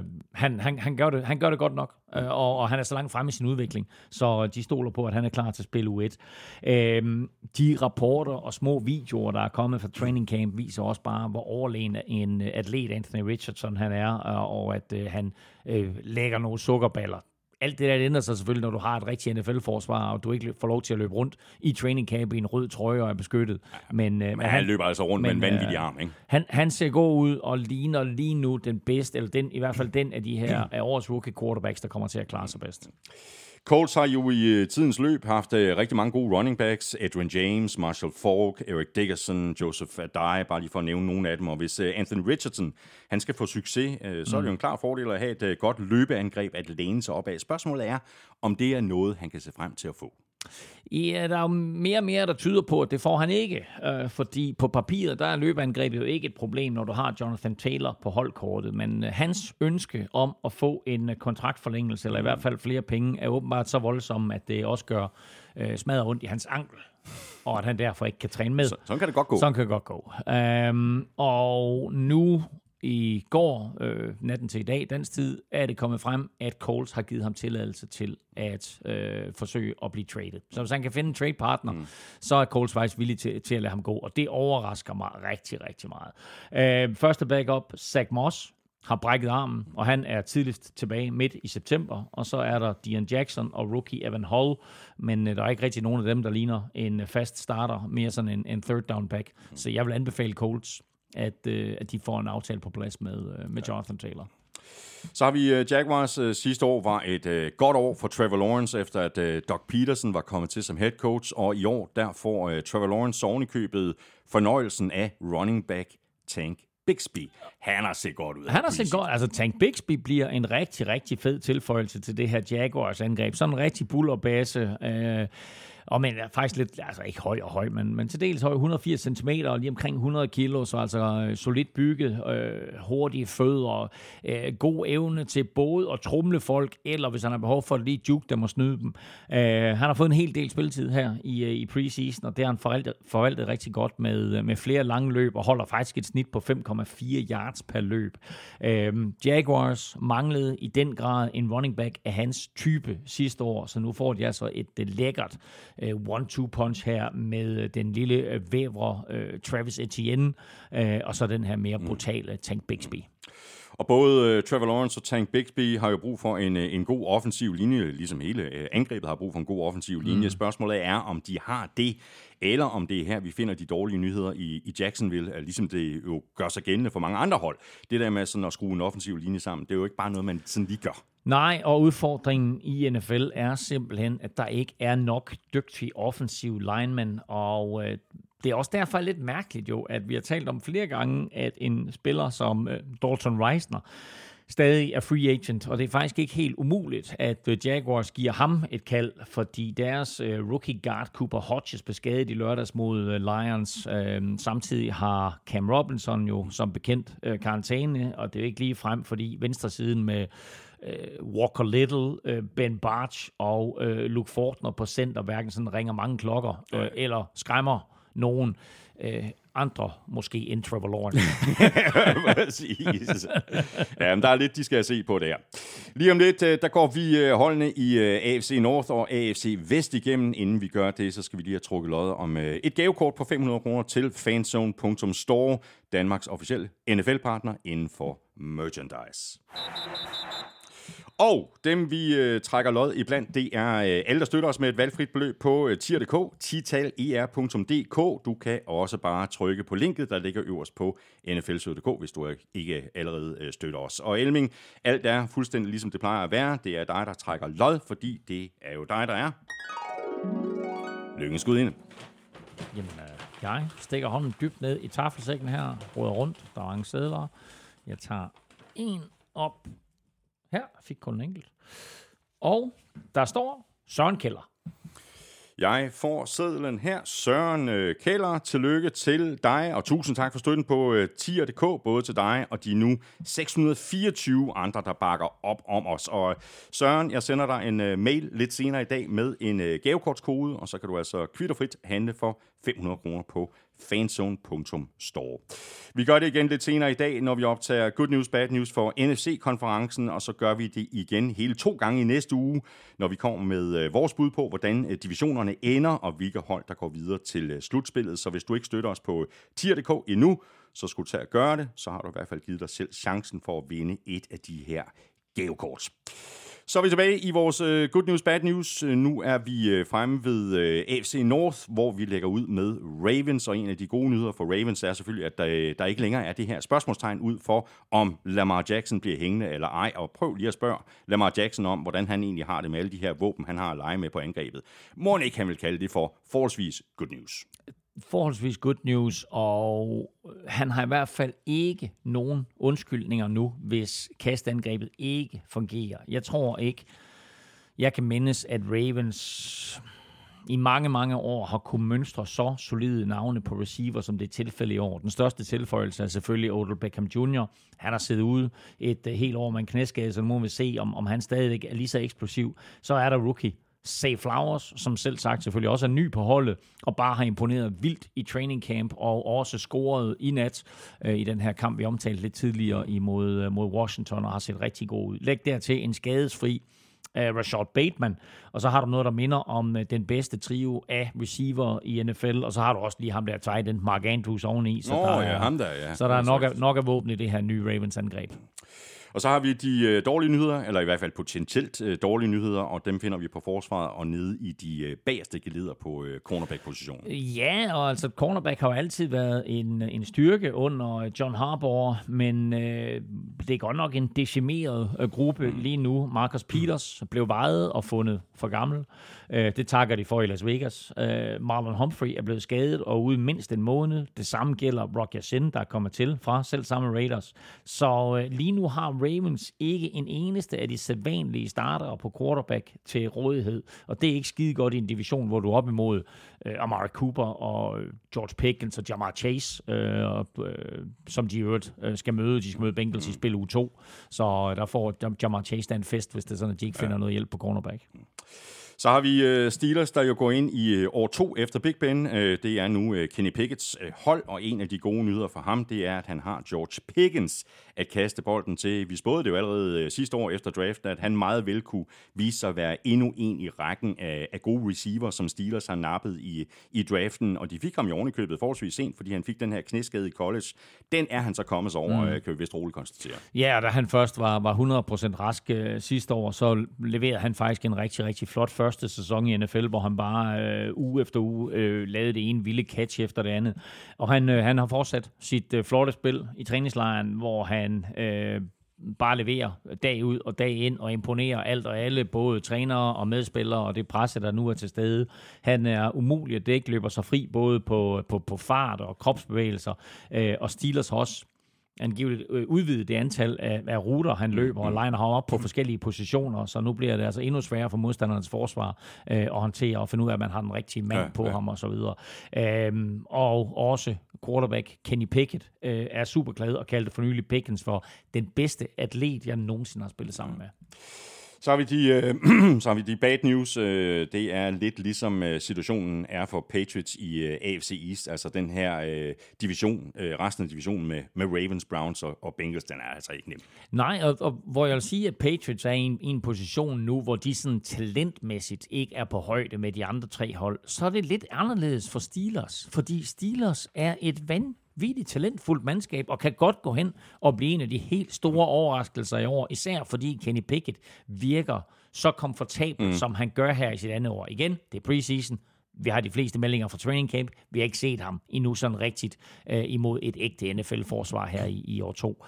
S2: gør det godt nok, og han er så langt fremme i sin udvikling, så de stoler på, at han er klar til at spille U1. De rapporter og små videoer, der er kommet fra training camp, viser også bare, hvor overlegen en atlet Anthony Richardson han er, og at han lægger nogle sukkerballer. Alt det der ændrer sig selvfølgelig, når du har et rigtigt NFL-forsvar, og du ikke får lov til at løbe rundt i training camp i en rød trøje og er beskyttet. Men
S1: han løber altså rundt med en vanvittig arm, ikke?
S2: Han ser god ud og ligner lige nu den bedste, eller i hvert fald den af de her af årets rookie quarterbacks, der kommer til at klare sig bedst.
S1: Colts har jo i tidens løb haft rigtig mange gode running backs. Edwin James, Marshall Faulk, Eric Dickerson, Joseph Adai, bare lige for at nævne nogle af dem. Og hvis Anthony Richardson han skal få succes, så er det jo en klar fordel at have et godt løbeangreb at læne sig op af. Spørgsmålet er, om det er noget, han kan se frem til at få.
S2: Ja, der er jo mere og mere, der tyder på, at det får han ikke. Fordi på papiret, der er løbeangrebet jo ikke et problem, når du har Jonathan Taylor på holdkortet. Men hans ønske om at få en kontraktforlængelse, eller i hvert fald flere penge, er åbenbart så voldsom, at det også gør smadret ondt i hans ankel. Og at han derfor ikke kan træne med.
S1: Sådan kan det godt gå.
S2: Sådan kan det godt gå. Og nu i går, natten til i dag, dansk tid, er det kommet frem, at Colts har givet ham tilladelse til at forsøge at blive traded. Så hvis han kan finde en trade-partner, så er Colts faktisk villig til at lade ham gå, og det overrasker mig rigtig, rigtig meget. Første backup, Zach Moss, har brækket armen, og han er tidligst tilbage midt i september, og så er der Deon Jackson og rookie Evan Hull, men der er ikke rigtig nogen af dem, der ligner en fast starter, mere sådan en third down back. Så jeg vil anbefale Colts, at de får en aftale på plads med Jonathan Taylor.
S1: Så har vi Jaguars sidste år var et godt år for Trevor Lawrence, efter at Doug Peterson var kommet til som head coach, og i år der får Trevor Lawrence oven i købet fornøjelsen af running back Tank Bigsby. Han har set godt ud.
S2: Han har set godt. Altså, Tank Bigsby bliver en rigtig, rigtig fed tilføjelse til det her Jaguars angreb. Sådan en rigtig bullerbase. Og men er faktisk lidt, altså ikke høj, men til dels høj, 180 cm og lige omkring 100 kilo, så altså solidt bygget, hurtige fødder, god evne til både at tromle folk, eller hvis han har behov for at lige juke dem og snyde dem. Han har fået en hel del spilletid her i preseason, og det har han forvaltet rigtig godt med flere lange løb, og holder faktisk et snit på 5,4 yards per løb. Jaguars manglede i den grad en running back af hans type sidste år, så nu får de altså et lækkert 1-2 punch her med den lille vævre Travis Etienne, og så den her mere brutale Tank Bigsby.
S1: Og både Trevor Lawrence og Tank Bigsby har jo brug for en god offensiv linje, ligesom hele angrebet har brug for en god offensiv linje. Spørgsmålet er, om de har det, eller om det er her, vi finder de dårlige nyheder i Jacksonville, ligesom det jo gør sig gældende for mange andre hold. Det der med sådan at skrue en offensiv linje sammen, det er jo ikke bare noget, man sådan lige gør.
S2: Nej, og udfordringen i NFL er simpelthen, at der ikke er nok dygtige offensive linemen, og det er også derfor lidt mærkeligt jo, at vi har talt om flere gange, at en spiller som Dalton Reisner stadig er free agent, og det er faktisk ikke helt umuligt, at Jaguars giver ham et kald, fordi deres rookie guard Cooper Hodges blev skadet i lørdags mod Lions. Samtidig har Cam Robinson jo som bekendt karantæne, og det er ikke lige frem, fordi venstresiden med Walker Little, Ben Bartch og Luke Fortner på center, hverken sådan ringer mange klokker, eller skræmmer nogen andre, måske end Trevor Lawrence.
S1: Præcis. Ja, men der er lidt, de skal se på der. Lige om lidt, der går vi holdene i AFC North og AFC Vest igennem. Inden vi gør det, så skal vi lige have trukket lodder om et gavekort på 500 kroner til fanzone.store, Danmarks officielle NFL-partner inden for merchandise. Og dem, vi trækker lod iblandt, det er alle, der støtter os med et valgfrit beløb på tier.dk, titaler.dk. Du kan også bare trykke på linket, der ligger øverst på nflsød.dk, hvis du ikke allerede støtter os. Og Elming, alt er fuldstændig ligesom det plejer at være. Det er dig, der trækker lod, fordi det er jo dig, der er lykkens skud ind.
S2: Jamen, jeg stikker hånden dybt ned i tafelsækken her, råder rundt, der er mange sædler. Jeg tager en op. Her fik kun en enkelt. Og der står Søren Keller.
S1: Jeg får sedlen her. Søren Keller, tillykke til dig, og tusind tak for støtten på tier.dk, både til dig og de nu 624 andre, der bakker op om os. Og Søren, jeg sender dig en mail lidt senere i dag med en gavekortskode, og så kan du altså kvitterfrit handle for 500 kroner på fanzone.store. Vi gør det igen lidt senere i dag, når vi optager Good News, Bad News for NFC-konferencen, og så gør vi det igen hele 2 gange i næste uge, når vi kommer med vores bud på, hvordan divisionerne ender, og hvilke hold, der går videre til slutspillet. Så hvis du ikke støtter os på tier.dk endnu, så skulle du tage at gøre det, så har du i hvert fald givet dig selv chancen for at vinde et af de her gavekort. Så er vi tilbage i vores Good News, Bad News. Nu er vi fremme ved AFC North, hvor vi lægger ud med Ravens. Og en af de gode nyheder for Ravens er selvfølgelig, at der ikke længere er det her spørgsmålstegn ud for, om Lamar Jackson bliver hængende eller ej. Og prøv lige at spørge Lamar Jackson om, hvordan han egentlig har det med alle de her våben, han har at lege med på angrebet. Må ikke han vil kalde det for forholdsvis good news.
S2: Forholdsvis good news, og han har i hvert fald ikke nogen undskyldninger nu, hvis kastangrebet ikke fungerer. Jeg tror ikke, jeg kan mindes, at Ravens i mange, mange år har kunnet mønstre så solide navne på receiver, som det er tilfælde i år. Den største tilføjelse er selvfølgelig Odell Beckham Jr. Han har siddet ude et helt år med en knæskade, så nu må vi se, om han stadig er lige så eksplosiv. Så er der rookie Zay Flowers, som selv sagt selvfølgelig også er ny på holdet, og bare har imponeret vildt i training camp, og også scoret i nat i den her kamp, vi omtalte lidt tidligere mod Washington, og har set rigtig god ud. Læg dertil en skadesfri Rashad Bateman, og så har du noget, der minder om den bedste trio af receiver i NFL, og så har du også lige ham der tight end, Mark Andrews oveni, så der er nok af våben i det her nye Ravens-angreb.
S1: Og så har vi de dårlige nyheder, eller i hvert fald potentielt dårlige nyheder, og dem finder vi på forsvaret og nede i de bagerste geleder på cornerback-positionen.
S2: Ja, og altså cornerback har jo altid været en styrke under John Harbaugh, men det er godt nok en decimeret gruppe lige nu. Marcus Peters blev vejet og fundet for gammel. Det takker de for i Las Vegas. Marlon Humphrey er blevet skadet og ude mindst en måned. Det samme gælder Rock Ya-Sin, der kommer til fra selv samme Raiders. Så lige nu har Ravens ikke en eneste af de sædvanlige startere på quarterback til rådighed. Og det er ikke skide godt i en division, hvor du er op imod Amari Cooper og George Pickens og Jamar Chase, som de øvrigt skal møde. De skal møde Bengals i spil uge 2. Så der får Jamar Chase da en fest, hvis det er sådan, at de ikke finder noget hjælp på cornerback.
S1: Så har vi Steelers, der jo går ind i år 2 efter Big Ben. Det er nu Kenny Pickett's hold, og en af de gode nyheder for ham, det er, at han har George Pickens at kaste bolden til. Vi spåede det jo allerede sidste år efter draften, at han meget vel kunne vise sig at være endnu en i rækken af gode receiver, som Steelers har nappet i draften, og de fik ham i ovenikøbet forholdsvis sent, fordi han fik den her knæskade i college. Den er han så kommet sig over, kan vi vist roligt konstatere. Ja,
S2: da han først var 100% rask sidste år, så leverede han faktisk en rigtig, rigtig flot første sæson i NFL, hvor han bare uge efter uge lavede det ene vilde catch efter det andet. Og han har fortsat sit flotte spil i træningslejren, hvor han bare leverer dag ud og dag ind og imponerer alt og alle, både trænere og medspillere og det presse, der nu er til stede. Han er umulig at dække, løber sig fri både på fart og kropsbevægelser, og Steelers også angiveligt udvidet det antal af ruter, han løber, og liner ham op på forskellige positioner, så nu bliver det altså endnu sværere for modstandernes forsvar at håndtere og finde ud af, at man har den rigtige mand på ham og så videre. Og også quarterback Kenny Pickett er super glad og kaldte for nylig Pickens for den bedste atlet, jeg nogensinde har spillet sammen med.
S1: Så har vi de bad news. Det er lidt ligesom situationen er for Patriots i AFC East, altså den her division, resten af divisionen med Ravens, Browns og Bengals, den er altså ikke nem.
S2: Nej, og hvor jeg vil sige, at Patriots er i en position nu, hvor de sådan talentmæssigt ikke er på højde med de andre 3 hold, så er det lidt anderledes for Steelers, fordi Steelers er et vanvittigt talentfuldt mandskab, og kan godt gå hen og blive en af de helt store overraskelser i år, især fordi Kenny Pickett virker så komfortabel, som han gør her i sit andet år. Igen, det er preseason. Vi har de fleste meldinger fra training camp. Vi har ikke set ham endnu sådan rigtigt imod et ægte NFL-forsvar her i år 2.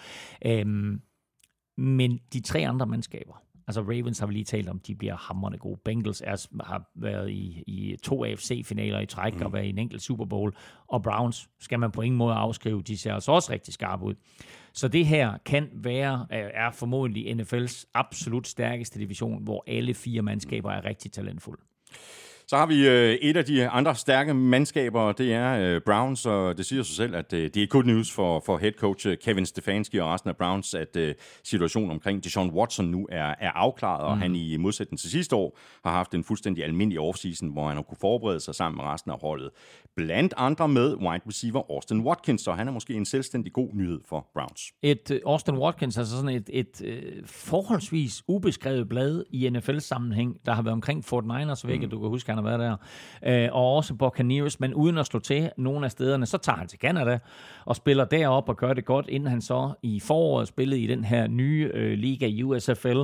S2: Men de 3 andre mandskaber, altså Ravens har vi lige talt om, de bliver hamrende gode. Bengals har været i 2 AFC-finaler i træk og været i en enkelt Super Bowl. Og Browns skal man på ingen måde afskrive. De ser altså også rigtig skarpe ud. Så det her er formodentlig NFL's absolut stærkeste division, hvor alle 4 mandskaber er rigtig talentfulde.
S1: Så har vi et af de andre stærke mandskaber, det er Browns, og det siger sig selv, at det er good news for head coach Kevin Stefanski og resten af Browns, at situationen omkring Deshaun Watson nu er afklaret, og han i modsætning til sidste år har haft en fuldstændig almindelig offseason, hvor han har kunne forberede sig sammen med resten af holdet. Blandt andre med wide receiver Austin Watkins, så han er måske en selvstændig god nyhed for Browns.
S2: Austin Watkins, altså sådan et forholdsvis ubeskrevet blad i NFL-sammenhæng, der har været omkring Fort Niners væk, du kan huske, han har været der, og også Buccaneers, men uden at slå til nogle af stederne, så tager han til Canada og spiller derop og gør det godt, inden han så i foråret spillede i den her nye liga USFL,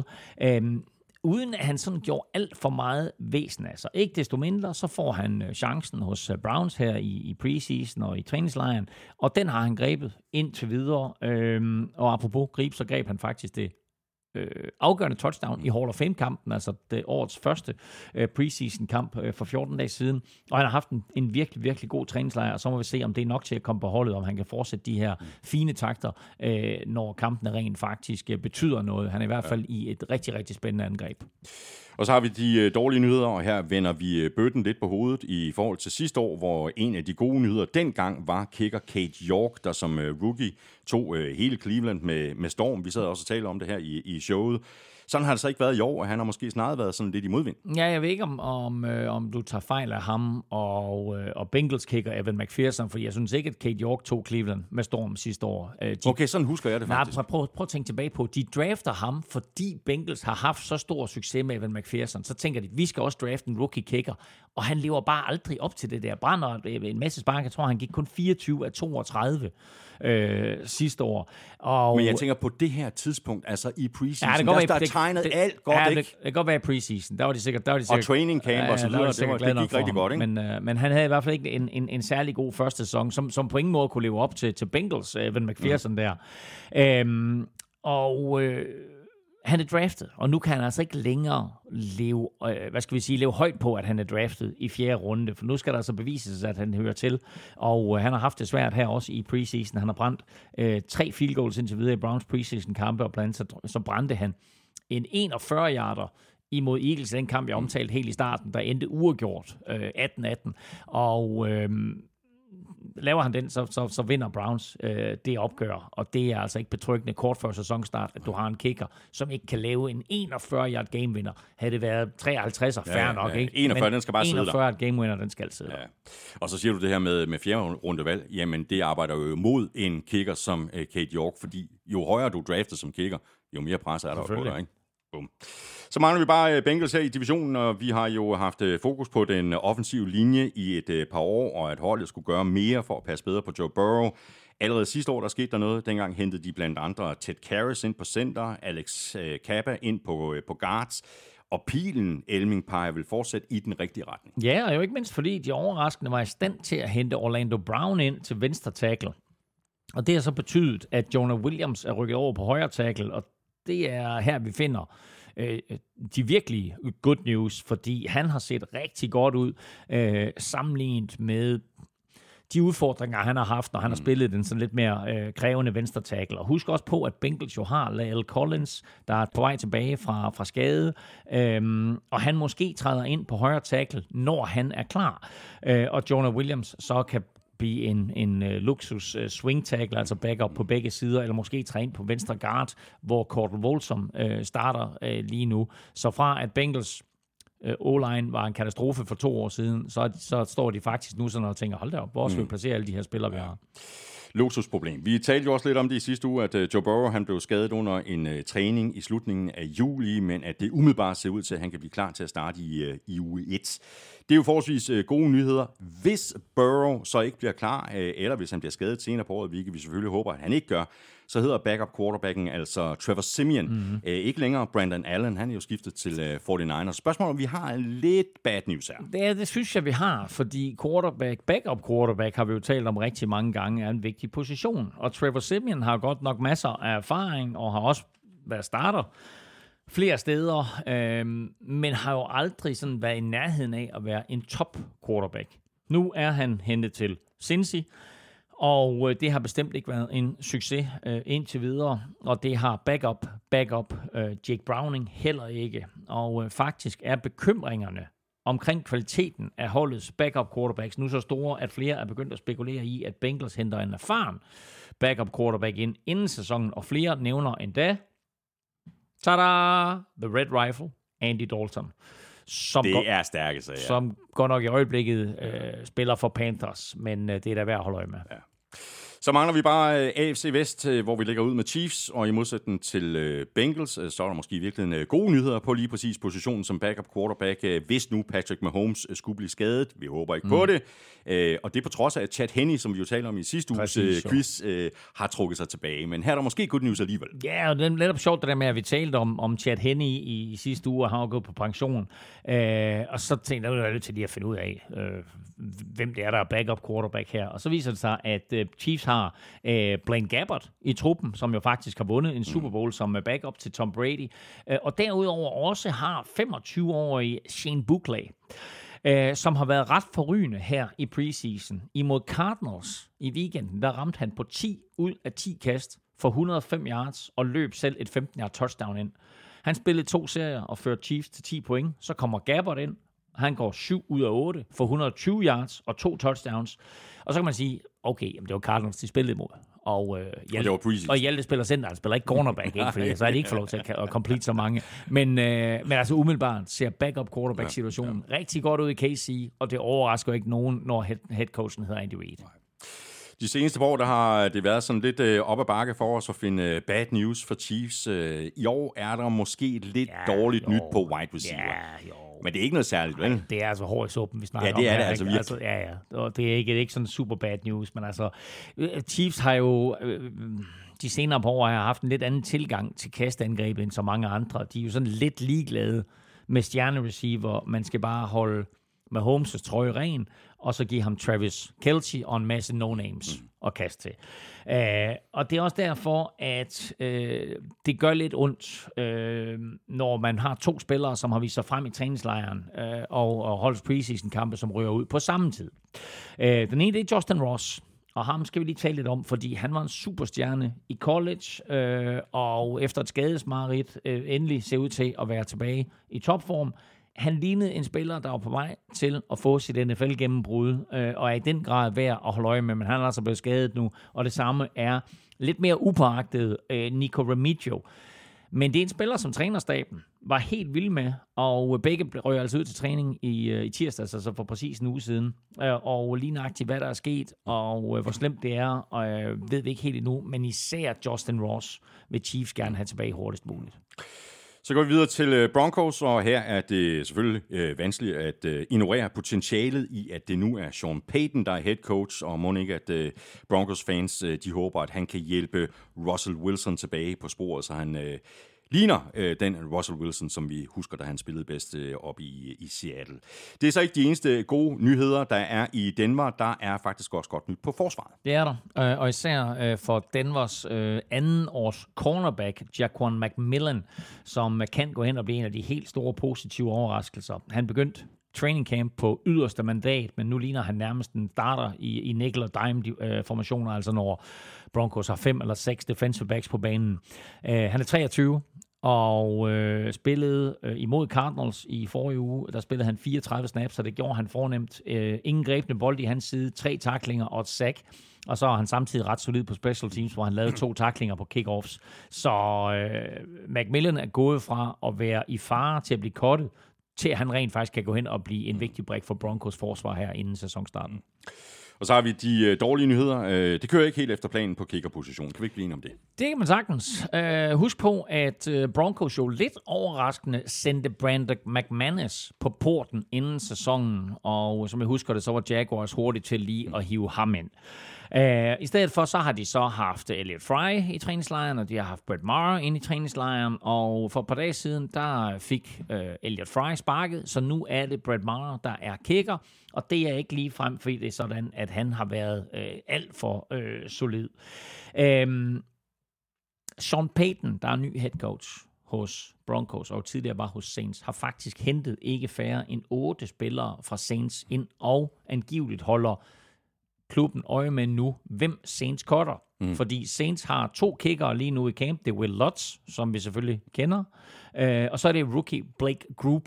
S2: uden at han sådan gjorde alt for meget væsen af sig. Ikke desto mindre, så får han chancen hos Browns her i preseason og i træningslejren, og den har han grebet indtil videre, og apropos grib, så greb han faktisk det afgørende touchdown i Hall of Fame-kampen, altså det årets første preseason-kamp for 14 dage siden. Og han har haft en virkelig, virkelig god træningslejr, og så må vi se, om det er nok til at komme på holdet, om han kan fortsætte de her fine takter, når kampene rent faktisk betyder noget. Han er i hvert fald i et rigtig, rigtig spændende angreb.
S1: Og så har vi de dårlige nyheder, og her vender vi bøtten lidt på hovedet i forhold til sidste år, hvor en af de gode nyheder dengang var kicker Cade York, der som rookie tog hele Cleveland med storm. Vi sad også og talte om det her i showet. Sådan har det så ikke været i år, og han har måske snart været sådan lidt i modvind.
S2: Ja, jeg ved ikke, om du tager fejl af ham og Bengals kicker Evan McPherson, for jeg synes ikke, at Cade York tog Cleveland med storm sidste år.
S1: Okay, sådan husker jeg det faktisk.
S2: Nej, prøv at tænke tilbage på, de drafter ham, fordi Bengals har haft så stor succes med Evan McPherson. Så tænker de, vi skal også drafte en rookie kicker, og han lever bare aldrig op til det der. Brænder en masse spark, jeg tror, han gik kun 24 af 32 sidste år. Og
S1: men jeg tænker på det her tidspunkt, altså i preseason, der tegnet alt godt, ikke?
S2: Det kan godt være i preseason. Der var de sikkert
S1: og training camp og så videre, det gik rigtig godt, ikke?
S2: Men han havde i hvert fald ikke en særlig god første sæson, som på ingen måde kunne leve op til Bengals, Evan McPherson der. Han er draftet, og nu kan han altså ikke længere leve højt på, at han er draftet i 4. runde, for nu skal der altså bevises, at han hører til, og han har haft det svært her også i preseason. Han har brændt 3 field goals indtil videre i Browns preseason-kampe, og blandt andet så brændte han en 41-yarder imod Eagles i den kamp, jeg omtalte helt i starten, der endte uafgjort 18-18, og laver han den, så vinder Browns det opgør, og det er altså ikke betryggende kort før sæsonstart, at du har en kicker, som ikke kan lave en 41-yard gamevinder. Havde det været 53'er, fair nok, ikke?
S1: 41, den skal bare sidde der.
S2: 41 gamewinder, den skal sidde der.
S1: Og så siger du det her med 4. rundevalg, jamen det arbejder jo mod en kicker som Cade York, fordi jo højere du drafter som kicker, jo mere pres er der på dig, ikke? Boom. Så mangler vi bare Bengals her i divisionen, og vi har jo haft fokus på den offensive linje i et par år, og at holdet skulle gøre mere for at passe bedre på Joe Burrow. Allerede sidste år, der skete der noget. Dengang hentede de blandt andre Ted Karras ind på center, Alex Kappa ind på guards, og pilen Elming peger vil fortsætte i den rigtige retning.
S2: Ja, og jo ikke mindst fordi de overraskende var i stand til at hente Orlando Brown ind til venstre tackle. Og det har så betydet, at Jonah Williams er rykket over på højre tackle, og det er her, vi finder de virkelig good news, fordi han har set rigtig godt ud sammenlignet med de udfordringer, han har haft, når han har spillet den sådan lidt mere krævende venstre tackle. Og husk også på, at Bengals jo har Lael Collins, der er på vej tilbage fra skade, og han måske træder ind på højre tackle, når han er klar. Og Jonah Williams så kan blive en luksus swing tackle, altså backup på begge sider, eller måske træne på venstre guard, hvor Cordell Volson starter lige nu. Så fra at Bengals O-line var en katastrofe for 2 år siden, så står de faktisk nu sådan og tænker, hold da op, hvor skal vi placere alle de her spillere, vi har?
S1: Luksusproblem. Vi talte jo også lidt om det i sidste uge, at Joe Burrow han blev skadet under en træning i slutningen af juli, men at det umiddelbart ser ud til, at han kan blive klar til at starte i uge 1. Det er jo forholdsvis gode nyheder. Hvis Burrow så ikke bliver klar, eller hvis han bliver skadet senere på året, hvilket vi selvfølgelig håber, at han ikke gør, så hedder backup quarterbacken altså Trevor Siemian. Ikke længere Brandon Allen, han er jo skiftet til 49ers. Spørgsmålet om vi har lidt bad news her.
S2: Det synes jeg, vi har, fordi backup quarterback har vi jo talt om rigtig mange gange, er en vigtig position. Og Trevor Siemian har godt nok masser af erfaring, og har også været starter flere steder, men har jo aldrig sådan været i nærheden af at være en top quarterback. Nu er han hentet til Cincy, og det har bestemt ikke været en succes indtil videre, og det har backup Jake Browning heller ikke. Og faktisk er bekymringerne omkring kvaliteten af holdets backup quarterbacks nu så store, at flere er begyndt at spekulere i, at Bengals henter en erfaren backup quarterback ind inden sæsonen, og flere nævner endda tada! The Red Rifle, Andy Dalton.
S1: Det er stærke sager.
S2: Som godt nok i øjeblikket spiller for Panthers, men det er da værd at holde øje med. Ja.
S1: Så mangler vi bare AFC Vest, hvor vi ligger ud med Chiefs, og i modsætning til Bengals, så er der måske virkelig gode nyheder på lige præcis positionen som backup quarterback, hvis nu Patrick Mahomes skulle blive skadet. Vi håber ikke på det. Og det er på trods af, at Chad Henne, som vi jo talte om i sidste uges quiz, har trukket sig tilbage. Men her er der måske good news alligevel.
S2: Ja, og det er netop sjovt det der med, at vi talte om Chad Henne i sidste uge, og han var gået på pension. Og så tænkte jeg, at jeg er nødt til lige at finde ud af, hvem det er, der er backup quarterback her. Og så viser det sig, at Chiefs har Blaine Gabbert i truppen, som jo faktisk har vundet en Super Bowl som backup til Tom Brady. Og derudover også har 25-årige Shane Buckley, som har været ret forrygende her i preseason. Imod Cardinals i weekenden, der ramte han på 10 ud af 10 kast for 105 yards og løb selv et 15-yard touchdown ind. Han spillede 2 serier og førte Chiefs til 10 point. Så kommer Gabbert ind. Han går 7 ud af 8 for 120 yards og 2 touchdowns. Og så kan man sige, okay, jamen det var Cardinals, de spillede imod. Og Hjalte spiller center, han spiller ikke cornerback, ikke? Fordi så er de ikke fået lov til at complete så mange. Men altså umiddelbart ser backup quarterback-situationen rigtig godt ud i KC, og det overrasker ikke nogen, når headcoachen hedder Andy Reid.
S1: De seneste år, der har det været sådan lidt op ad bakke for os at finde bad news for Chiefs. I år er der måske lidt dårligt nyt på wide receiver. Men det er ikke noget særligt, vel?
S2: Det er altså hård i suppen, vi snakker om.
S1: Ja, det er det altså virkelig.
S2: Altså, og det er ikke sådan super bad news, men altså, Chiefs har jo de senere på år har haft en lidt anden tilgang til kastangrebet end så mange andre. De er jo sådan lidt ligeglade med stjernereceiver. Man skal bare holde Mahomes' trøje ren, og så give ham Travis Kelce og en masse no-names at kaste til. Og det er også derfor, at det gør lidt ondt, når man har 2 spillere, som har vist sig frem i træningslejren, og holdets preseason-kampe, som ryger ud på samme tid. Den ene, det er Justin Ross, og ham skal vi lige tale lidt om, fordi han var en superstjerne i college, og efter et skadesmareridt endelig ser ud til at være tilbage i topform. Han lignede en spiller, der var på vej til at få sit NFL-gennembrud, og er i den grad værd at holde øje med, men han er altså blevet skadet nu, og det samme er lidt mere upåagtet Nico Remigio. Men det er en spiller, som trænerstaben var helt vild med, og begge røg altså ud til træning i tirsdags, altså for præcis en uge siden. Og lige nøjagtigt, hvad der er sket, og hvor slemt det er, og ved vi ikke helt endnu, men især Justin Ross vil Chiefs gerne have tilbage hurtigst muligt.
S1: Så går vi videre til Broncos, og her er det selvfølgelig vanskeligt at ignorere potentialet i, at det nu er Sean Payton, der er head coach, og må ikke, at Broncos fans de håber, at han kan hjælpe Russell Wilson tilbage på sporet, så han ligner den Russell Wilson, som vi husker, da han spillede bedst op i Seattle. Det er så ikke de eneste gode nyheder, der er i Denver. Der er faktisk også godt nyt på forsvaret.
S2: Det er der, og især for Denvers anden års cornerback, Jaquan McMillan, som kan gå hen og blive en af de helt store positive overraskelser. Han begyndte training camp på yderste mandat, men nu ligner han nærmest en starter i nickel og dime formationer, altså når Broncos har 5 eller 6 defensive backs på banen. Han er 23 og spillede imod Cardinals i forrige uge. Der spillede han 34 snaps, så det gjorde han fornemt. Ingen grebne bold i hans side, 3 tacklinger og et sack. Og så er han samtidig ret solid på special teams, hvor han lavede 2 tacklinger på kickoffs. Så McMillan er gået fra at være i fare til at blive cuttet, til at han rent faktisk kan gå hen og blive en vigtig brik for Broncos forsvar her inden sæsonstarten.
S1: Og så har vi de dårlige nyheder. Det kører ikke helt efter planen på kickerposition. Kan vi ikke blive enige om det?
S2: Det kan man sagtens. Husk på, at Broncos jo lidt overraskende sendte Brandon McManus på porten inden sæsonen. Og som jeg husker det, så var Jaguars hurtigt til lige at hive ham ind. I stedet for, så har de så haft Elliot Fry i træningslejren, og de har haft Brett Maher ind i træningslejren, og for et par dage siden, der fik Elliot Fry sparket, så nu er det Brett Maher, der er kicker, og det er ikke lige frem, fordi det er sådan, at han har været alt for solid. Sean Payton, der er ny head coach hos Broncos, og tidligere var hos Saints, har faktisk hentet ikke færre end 8 spillere fra Saints ind, og angiveligt holder klubben øje med nu, hvem Saints cutter. Fordi Saints har 2 kickere lige nu i camp. Det er Will Lutz, som vi selvfølgelig kender. Og så er det rookie Blake Group.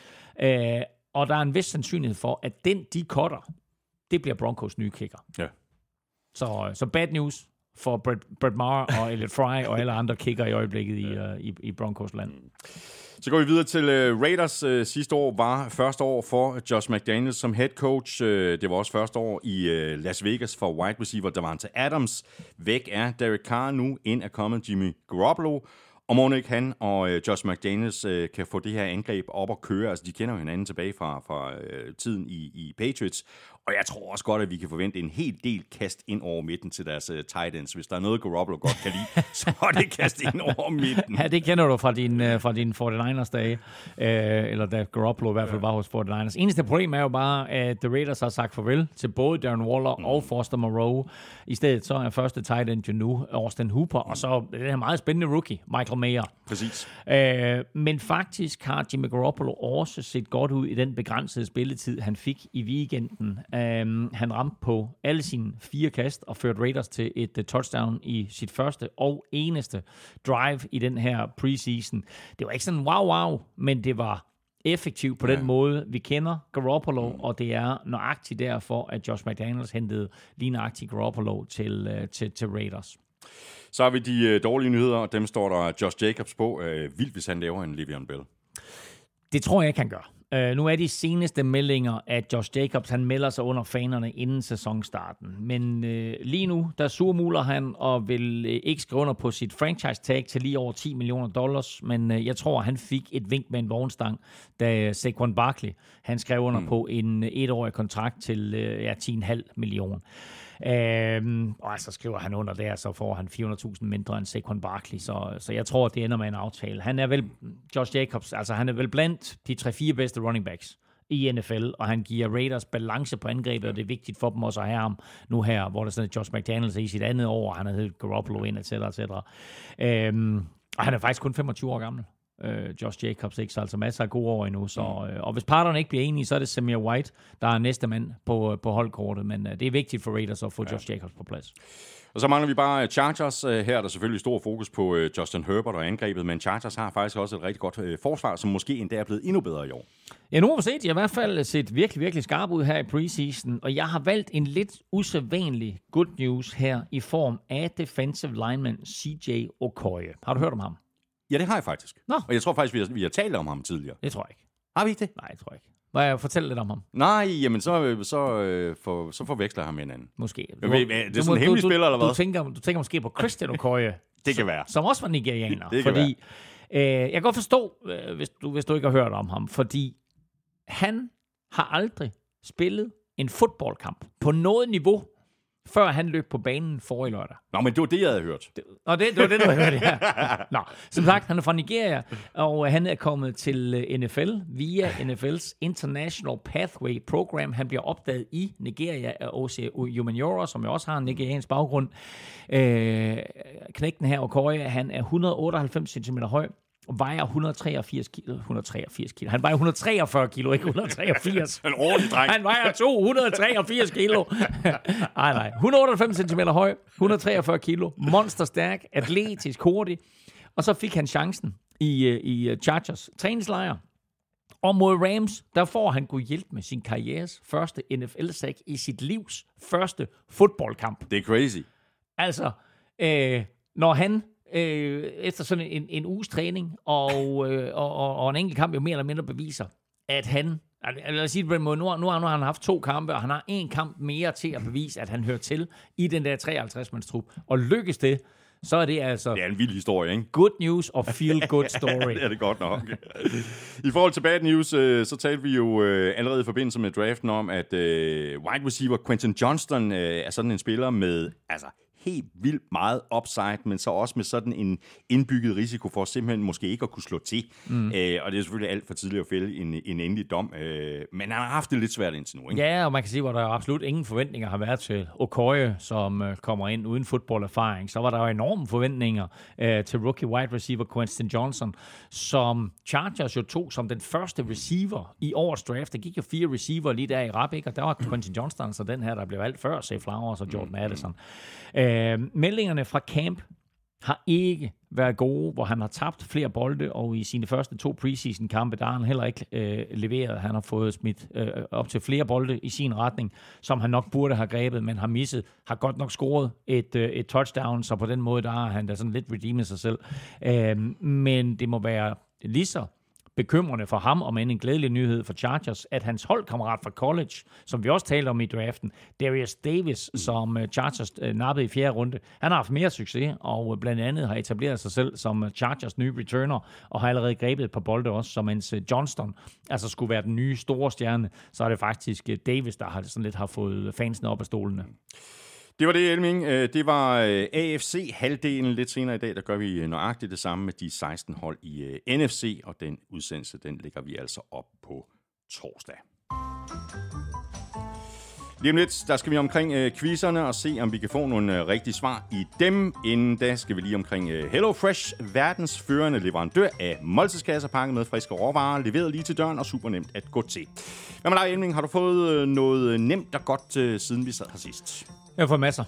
S2: Og der er en vis sandsynlighed for, at den, de cutter, det bliver Broncos nye kicker. Ja. Så bad news for Brett Maher og Elliot Fry og alle andre kicker i øjeblikket i Broncos land.
S1: Så går vi videre til Raiders. Sidste år var første år for Josh McDaniels som head coach. Det var også første år i Las Vegas for wide receiver Davante Adams. Væk er Derek Carr nu. Ind er kommet Jimmy Garoppolo. Og må ikke han og Josh McDaniels kan få det her angreb op og køre. Altså, de kender jo hinanden tilbage fra tiden i Patriots. Og jeg tror også godt, at vi kan forvente en helt del kast ind over midten til deres tight ends. Hvis der er noget, Garoppolo godt kan lide, så er det kast ind over midten.
S2: Ja, det kender du fra din 49ers-dage. Eller da Garoppolo i hvert fald var hos 49ers. Eneste problem er jo bare, at The Raiders har sagt farvel til både Darren Waller og Foster Moreau. I stedet så er første tight end jo nu Austin Hooper, og så den her meget spændende rookie, Michael Mayer.
S1: Præcis.
S2: Men faktisk har Jimmy Garoppolo også set godt ud i den begrænsede spilletid, han fik i weekenden. Han ramte på alle sine 4 kast og førte Raiders til et touchdown i sit første og eneste drive i den her preseason. Det var ikke sådan wow, men det var effektivt på den måde, vi kender Garoppolo, og det er nøjagtigt derfor, at Josh McDaniels hentede lige nøjagtigt Garoppolo til Raiders.
S1: Så har vi de dårlige nyheder, og dem står der Josh Jacobs på. Vildt, hvis han laver en Le'Veon Bell.
S2: Det tror jeg ikke, han gør. Nu er de seneste meldinger, at Josh Jacobs han melder sig under fanerne inden sæsonstarten. Men lige nu, der surmuler han og vil ikke skrive under på sit franchise tag til lige over $10 million. Men jeg tror, han fik et vink med en vognstang, da Saquon Barkley han skrev under på en 1-årig kontrakt til 10,5 millioner. Og så skriver han under der, så får han 400.000 mindre end Saquon Barkley, så jeg tror, det ender med en aftale. Han er vel, Josh Jacobs, altså han er vel blandt de 3-4 bedste running backs i NFL, og han giver Raiders balance på angrebet, og det er vigtigt for dem også at have ham nu her, hvor der sådan Josh McDaniels i sit andet år, og han har heddet Garoppolo ind, etc. Og han er faktisk kun 25 år gammel. Josh Jacobs, ikke? Så altså masser af gode år endnu. Så, og hvis parterne ikke bliver enige, så er det Samir White, der er næste mand på holdkortet. Men det er vigtigt for Raiders at få Josh Jacobs på plads. Og
S1: så mangler vi bare Chargers. Her er der selvfølgelig stor fokus på Justin Herbert og angrebet, men Chargers har faktisk også et rigtig godt forsvar, som måske endda er blevet endnu bedre i år.
S2: Ja, nu har vi set, i hvert fald set virkelig, virkelig skarp ud her i preseason, og jeg har valgt en lidt usædvanlig good news her i form af defensive lineman CJ Okoye. Har du hørt om ham?
S1: Ja, det har jeg faktisk.
S2: Nå.
S1: Og jeg tror faktisk, vi har talt om ham tidligere.
S2: Det tror jeg ikke.
S1: Har vi ikke det?
S2: Nej, det tror jeg ikke. Må jeg fortælle lidt om ham?
S1: Nej, jamen så forveksler jeg ham med hinanden.
S2: Måske.
S1: Det er sådan en hemmelig spiller, eller hvad?
S2: Du tænker måske på Christian Okoye.
S1: Det kan være.
S2: Som også var nigerianer.
S1: Det kan være.
S2: Jeg kan godt forstå, hvis du ikke har hørt om ham, fordi han har aldrig spillet en fodboldkamp på noget niveau, før han løb på banen forrige lørdag.
S1: Nå, men det var det, jeg havde hørt.
S2: Det var det, du havde hørt, ja. Nå, som sagt, han er fra Nigeria, og han er kommet til NFL via NFL's International Pathway Program. Han bliver opdaget i Nigeria af O.C. Umenyiora, som jo også har en nigeriansk baggrund. Knægten her, Okoye, han er 198 cm høj, vejer 183 kilo. 183 kilo. Han vejer 143 kilo, ikke 183.
S1: En ordentlig dreng.
S2: Han vejer 283 kilo. Nej. 198 cm høj, 143 kilo. Monsterstærk, atletisk, hurtig. Og så fik han chancen i Chargers træningslejr. Og mod Rams, der får han kunne hjælpe med sin karrieres første NFL-sack i sit livs første fodboldkamp.
S1: Det er crazy.
S2: Altså, når han efter sådan en uges træning og en enkelt kamp jo mere eller mindre beviser, at han, lad os sige det på den måde, nu har han haft 2 kampe, og han har 1 kamp mere til at bevise, at han hører til i den der 53-mandstrup. Og lykkes det, så er det altså...
S1: Det er en vild historie, ikke?
S2: Good news og feel good story.
S1: Det er det godt nok. I forhold til bad news, så talte vi jo allerede i forbindelse med draften om, at wide receiver Quentin Johnston er sådan en spiller med helt vildt meget upside, men så også med sådan en indbygget risiko for simpelthen måske ikke at kunne slå til. Og det er selvfølgelig alt for tidligt at fælde en endelig dom. Men han har haft det lidt svært indtil nu, ikke?
S2: Ja, og man kan sige, hvor der absolut ingen forventninger har været til Okoye, som kommer ind uden fodbolderfaring. Så var der jo enorme forventninger til rookie wide receiver Quentin Johnson, som Chargers jo tog som den første receiver i årets draft. Der gik jo 4 receiver lige der i rap, ikke? Og der var Quentin Johnston, så den her, der blev valgt før Zay Flowers og Jordan Addison. Meldingerne fra camp har ikke været gode, hvor han har tabt flere bolde, og i sine første 2 preseason-kampe, der har han heller ikke leveret. Han har fået smidt op til flere bolde i sin retning, som han nok burde have grebet, men har misset, har godt nok scoret et touchdown, så på den måde, der har han da sådan lidt redeemet sig selv. Men det må være lige så bekymrende for ham, og en glædelig nyhed for Chargers, at hans holdkammerat fra college, som vi også talte om i draften, Darius Davis, som Chargers nappede i 4. runde, han har haft mere succes, og blandt andet har etableret sig selv som Chargers nye returner, og har allerede grebet et par bolde også, som mens Johnston altså skulle være den nye store stjerne, så er det faktisk Davis, der har sådan lidt har fået fansene op af stolene.
S1: Det var det, Elming. Det var AFC-halvdelen. Lidt senere i dag, der gør vi nøjagtigt det samme med de 16 hold i NFC, og den udsendelse, den lægger vi altså op på torsdag. Lige om lidt, der skal vi omkring quizzerne og se, om vi kan få nogle rigtige svar i dem. Inden da skal vi lige omkring HelloFresh, verdens førende leverandør af måltidskasser pakket med friske råvarer, leveret lige til døren og super nemt at gå til. Hvad med dig, Elming? Har du fået noget nemt og godt, siden vi sad her sidst?
S2: Jeg har fået masser,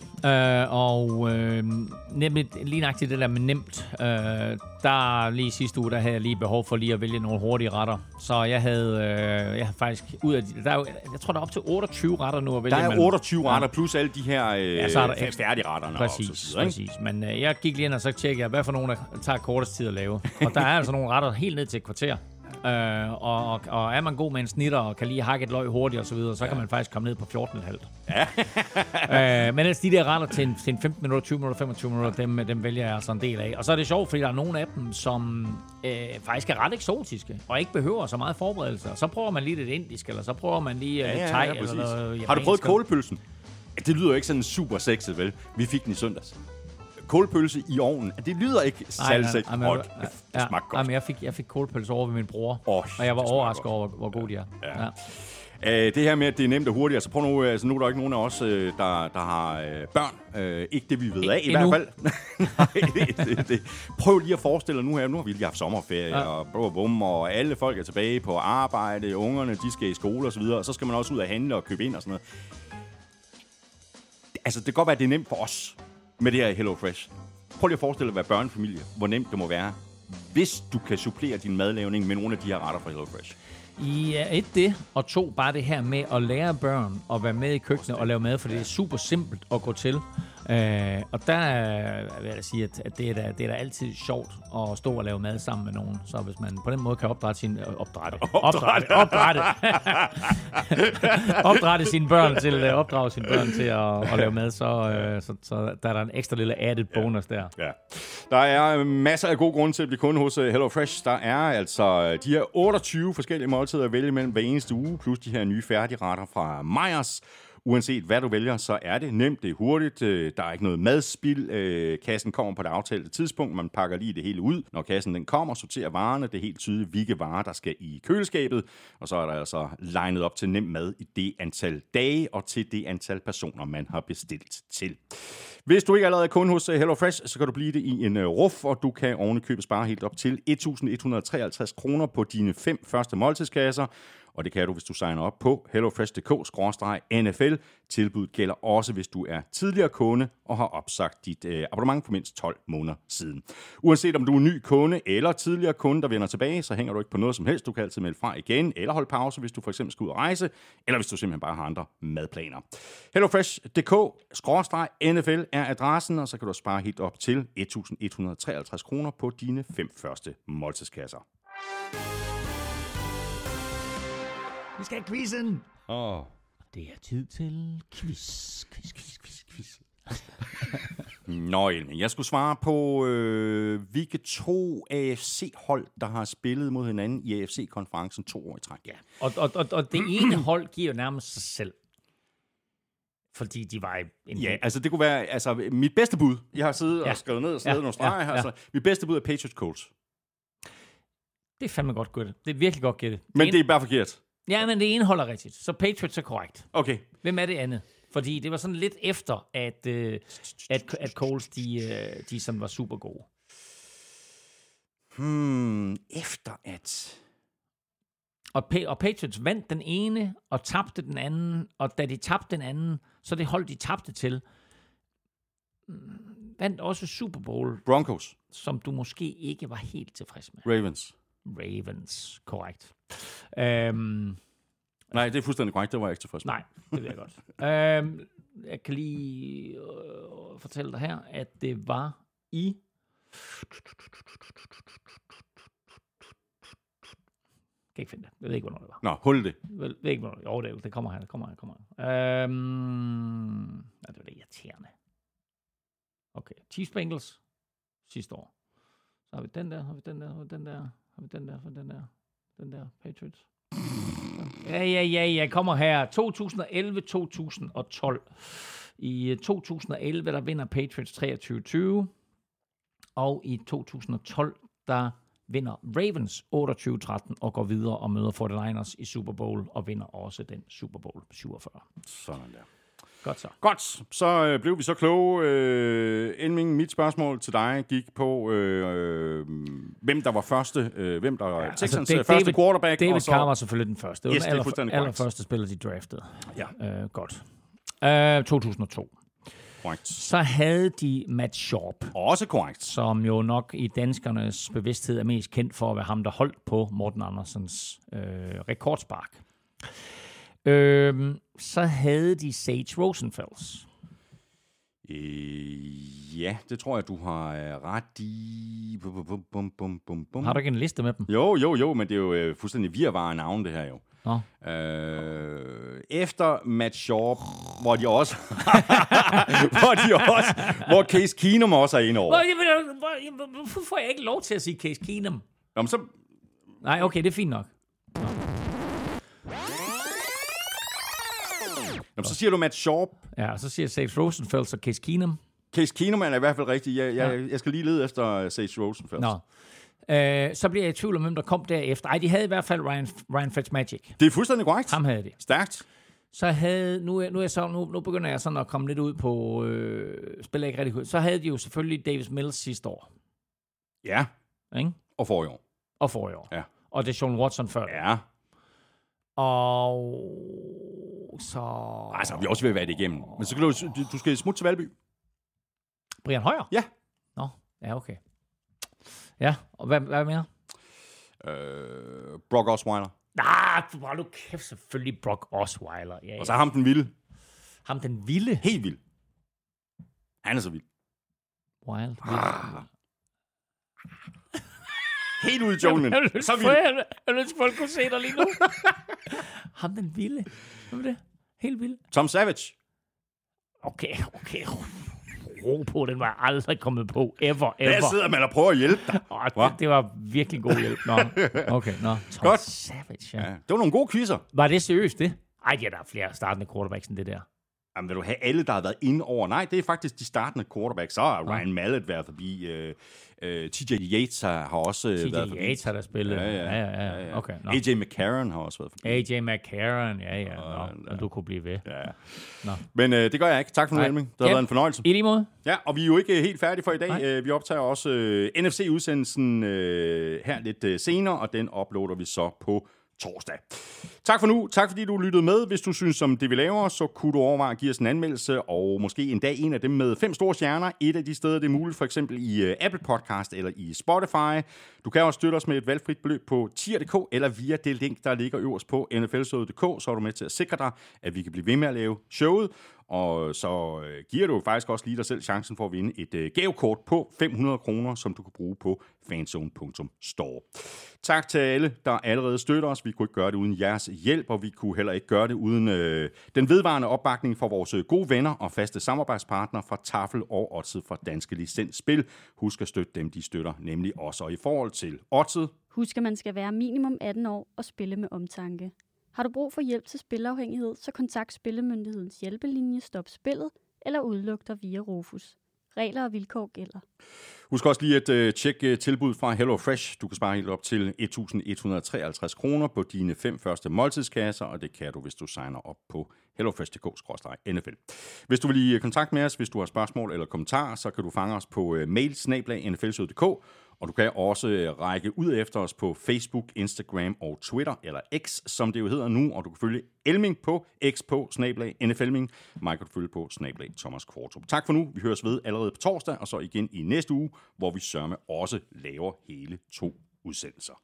S2: nemlig lige nøjagtigt det der med nemt. Der lige sidste uge, der havde jeg lige behov for lige at vælge nogle hurtige retter. Så jeg havde faktisk ud af der er jo, jeg tror der er op til 28 retter nu at vælge.
S1: Der er 28 retter plus alle de her
S2: så er der
S1: færdige retterne.
S2: Præcis. Men jeg gik lige ind og så tjekkede jeg, hvad for nogle der tager kortest tid at lave. Og der er altså nogle retter helt ned til et kvarter. Og er man god med en snitter og kan lige hakke et løg hurtigt og så videre, så kan man faktisk komme ned på 14,5. Men ellers de der retter til en 15 minutter, 20 minutter, 25 minutter, dem vælger jeg altså en del af. Og så er det sjovt, fordi der er nogle af dem, som faktisk er ret eksotiske og ikke behøver så meget forberedelse. Så prøver man lige det indisk, eller så prøver man lige lidt thai eller noget japansk.
S1: Har du prøvet kålpølsen? Det lyder ikke sådan super sexet, vel? Vi fik den i søndags. Kålpølse i ovnen. Det lyder ikke særlig sexet. Det smagte godt.
S2: Jamen, jeg fik kålpølse over ved min bror, og jeg var overrasket over, hvor god de er.
S1: Ja. Det her med, at det er nemt og hurtigt, altså prøv nu, altså nu er der ikke nogen af os, der har børn. Ikke det, vi ved af, i hvert fald. Nej, prøv lige at forestille dig nu her, nu har vi lige haft sommerferie, og og alle folk er tilbage på arbejde, ungerne, de skal i skole og så videre, og så skal man også ud og handle og købe ind og sådan noget. Altså, det kan godt være, at det er nemt for os med det her i HelloFresh. Prøv lige at forestille dig at være børnefamilie, hvor nemt det må være, hvis du kan supplere din madlavning med nogle af de her retter fra HelloFresh.
S2: Ja, det, og 2, bare det her med at lære børn at være med i køkkenet og lave mad, for det er super simpelt at gå til. Og der vil jeg sige, at det er da altid sjovt at stå og lave mad sammen med nogen. Så hvis man på den måde kan opdrage sine børn til at lave mad, så der er der en ekstra lille added bonus der.
S1: Ja. Der er masser af gode grunde til at blive kunde hos HelloFresh. Der er altså de her 28 forskellige måltider at vælge mellem hver eneste uge, plus de her nye færdigretter fra Meyers. Uanset hvad du vælger, så er det nemt, det er hurtigt, der er ikke noget madspild. Kassen kommer på det aftalte tidspunkt, man pakker lige det hele ud. Når kassen den kommer, sorterer varerne, det er helt tydeligt, hvilke varer, der skal i køleskabet. Og så er der altså legnet op til nem mad i det antal dage og til det antal personer, man har bestilt til. Hvis du ikke allerede er kunde hos HelloFresh, så kan du blive det i en ruf, og du kan ovenikøbet spare helt op til 1.153 kroner på dine 5 første måltidskasser. Og det kan du, hvis du signer op på hellofresh.dk/NFL. Tilbuddet gælder også, hvis du er tidligere kunde og har opsagt dit abonnement for mindst 12 måneder siden. Uanset om du er ny kunde eller tidligere kunde, der vender tilbage, så hænger du ikke på noget som helst. Du kan altid melde fra igen eller holde pause, hvis du for eksempel skal ud og rejse, eller hvis du simpelthen bare har andre madplaner. hellofresh.dk/NFL er adressen, og så kan du spare helt op til 1.153 kroner på dine 5 første måltidskasser.
S2: Vi skal have quizzen.
S4: Det er tid til quiz.
S1: Nå, Elming, jeg skulle svare på, hvilke 2 AFC-hold, der har spillet mod hinanden i AFC-konferencen 2 år i træk.
S2: Ja. Og det ene hold giver jo nærmest sig selv. Fordi de var en...
S1: Ja, altså det kunne være... Altså, mit bedste bud, jeg har siddet og skrevet ned og siddet nogle streger her, så mit bedste bud er Patriots Colts.
S2: Det er fandme godt gættet. Det er virkelig godt gættet.
S1: Men det er bare forkert.
S2: Ja, men det ene holder rigtigt. Så Patriots er korrekt.
S1: Okay.
S2: Hvem er det andet? Fordi det var sådan lidt efter, at Colts, de som var super gode.
S1: Efter at...
S2: Og Patriots vandt den ene, og tabte den anden, og da de tabte den anden, så det hold, de tabte til, vandt også Super Bowl.
S1: Broncos.
S2: Som du måske ikke var helt tilfreds med.
S1: Ravens,
S2: korrekt.
S1: Nej, det er fuldstændig korrekt, det var jeg ikke tilfreds med.
S2: Nej, det ved jeg godt. Jeg kan lige fortælle dig her, at det var i... Jeg kan ikke finde det. Jeg ved ikke, hvornår det var.
S1: Nå, hul det.
S2: Jeg ved ikke, hvornår det var. Jo, det kommer her. Det kommer her. Det var det irriterende. Okay. Chiefs Bengals sidste år. Så har vi den der, den der Patriots. Ja, kommer her. 2011-2012. I 2011, der vinder Patriots 23-20. Og i 2012, der vinder Ravens 28-13 og går videre og møder 49ers i Super Bowl og vinder også den Super Bowl 47.
S1: Sådan der.
S2: Godt
S1: så blev vi så kloge. Elming, mit spørgsmål til dig gik på, hvem der var første, hvem der var Texans første quarterback.
S2: David Carr var selvfølgelig den første.
S1: Det var den
S2: allerførste spiller, de draftede.
S1: Ja.
S2: Godt. 2002.
S1: Korrekt.
S2: Så havde de Matt Sharp.
S1: Også korrekt.
S2: Som jo nok i danskernes bevidsthed er mest kendt for at være ham, der holdt på Morten Andersens rekordspark. Så havde de Sage Rosenfels.
S1: Ja, det tror jeg, du har ret i.
S2: Har du ikke en liste med dem?
S1: Jo, men det er jo fuldstændig virvar navn, det her jo. Efter Matt Sharp, hvor de også hvor Case Keenum også er inde over.
S2: Hvorfor får jeg ikke lov til at sige Case Keenum?
S1: Jamen så...
S2: Nej, okay, det er fint nok.
S1: Jamen, så siger du Matt Sharp.
S2: Ja, og så siger Sage Rosenfels og Case Keenum.
S1: Case Keenum er i hvert fald rigtig. Jeg skal lige lede efter Sage Rosenfels.
S2: Nå. Så bliver jeg i tvivl om, hvem der kom derefter. Ej, de havde i hvert fald Ryan Fitzmagic.
S1: Det er fuldstændig korrekt.
S2: Ham havde de.
S1: Stærkt.
S2: Så havde, nu begynder jeg sådan at komme lidt ud på, spiller ikke rigtig ud. Så havde de jo selvfølgelig Davis Mills sidste år.
S1: Ja.
S2: Ikke?
S1: Og forrige år.
S2: Ja. Og det er Sean Watson før.
S1: Ja.
S2: Og så...
S1: Altså, vi er også ved at være det igennem. Men så kan du skal smutte til Valby.
S2: Brian Hoyer?
S1: Ja.
S2: Nå, ja, okay. Ja, og hvad mere?
S1: Brock Osweiler.
S2: Hold nu kæft, selvfølgelig Brock Osweiler. Ja.
S1: Og så ham den vilde.
S2: Ham den vilde?
S1: Helt vild. Han er så vild.
S2: Wild.
S1: Helt ude i junglen.
S2: Så vild. Jeg vil folk kunne se dig lige nu. Ham den vilde. Hvad var det? Helt vild.
S1: Tom Savage.
S2: Okay. Ro på, den var jeg aldrig kommet på. Ever.
S1: Der sidder man og prøver at hjælpe dig.
S2: Det var virkelig god hjælp. Okay. Tom
S1: godt.
S2: Savage,
S1: ja. Det var nogle gode quizzer.
S2: Var det seriøst, det? Ej, der er flere startende quarterbacks end det der.
S1: Jamen, vil du have alle, der har været inde over? Nej, det er faktisk de startende quarterbacks. Så har Ryan Mallett været forbi. TJ Yates har også været forbi.
S2: TJ Yates har der spillet.
S1: Ja.
S2: Okay,
S1: AJ McCarron har også været forbi.
S2: AJ McCarron, og du kunne blive ved.
S1: Ja. Men det gør jeg ikke. Tak for nu, Elming. Det har været en fornøjelse.
S2: I lige måde.
S1: Ja, og vi er jo ikke helt færdige for i dag. Vi optager også NFC-udsendelsen her lidt senere, og den uploader vi så på torsdag. Tak for nu. Tak fordi du lyttede med. Hvis du synes om det, vi laver, så kunne du overveje at give os en anmeldelse, og måske endda en af dem med 5 store stjerner. Et af de steder, det er muligt, for eksempel i Apple Podcast eller i Spotify. Du kan også støtte os med et valgfrit beløb på tier.dk eller via det link, der ligger øverst på nflshowet.dk, så er du med til at sikre dig, at vi kan blive ved med at lave showet. Og så giver du faktisk også lige dig selv chancen for at vinde et gavekort på 500 kroner, som du kan bruge på fanzone.store. Tak til alle, der allerede støtter os. Vi kunne ikke gøre det uden jeres hjælp, og vi kunne heller ikke gøre det uden den vedvarende opbakning fra vores gode venner og faste samarbejdspartnere fra Tafel og Odset fra Danske Licensspil. Husk at støtte dem, de støtter, nemlig også. Og i forhold til Odset.
S3: Husk, at man skal være minimum 18 år og spille med omtanke. Har du brug for hjælp til spilafhængighed, så kontakt Spillemyndighedens hjælpelinje Stop Spillet eller udluk dig via Rufus. Regler og vilkår gælder.
S1: Husk også lige at tjekke tilbud fra HelloFresh. Du kan spare helt op til 1.153 kroner på dine 5 første måltidskasser, og det kan du, hvis du signer op på hellofresh.dk/NFL. Hvis du vil i kontakt med os, hvis du har spørgsmål eller kommentarer, så kan du fange os på mail@nflshowet.dk, og du kan også række ud efter os på Facebook, Instagram og Twitter, eller X, som det jo hedder nu, og du kan følge Elming på X på @NFLming. Mig kan du følge på @Thomas Kvartrup. Tak for nu. Vi høres ved allerede på torsdag, og så igen i næste uge, hvor vi sørme også laver hele 2 udsendelser.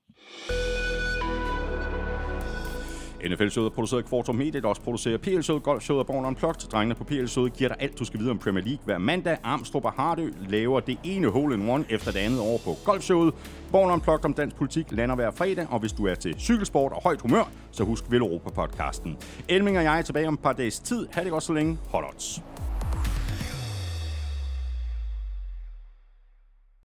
S1: NFL-showet er produceret af Kvartrup Media, der også producerer PL-showet, Golf-showet og Born Unplugged. Drengene på PL-showet giver dig alt, du skal vide om Premier League hver mandag. Armstrong og Hardø laver det ene hole-in-one efter det andet over på Golf-showet. Born Unplugged om dansk politik lander hver fredag, og hvis du er til cykelsport og højt humør, så husk Vel Europa-podcasten. Elming og jeg er tilbage om et par dages tid. Ha' det godt så længe. Hold odds.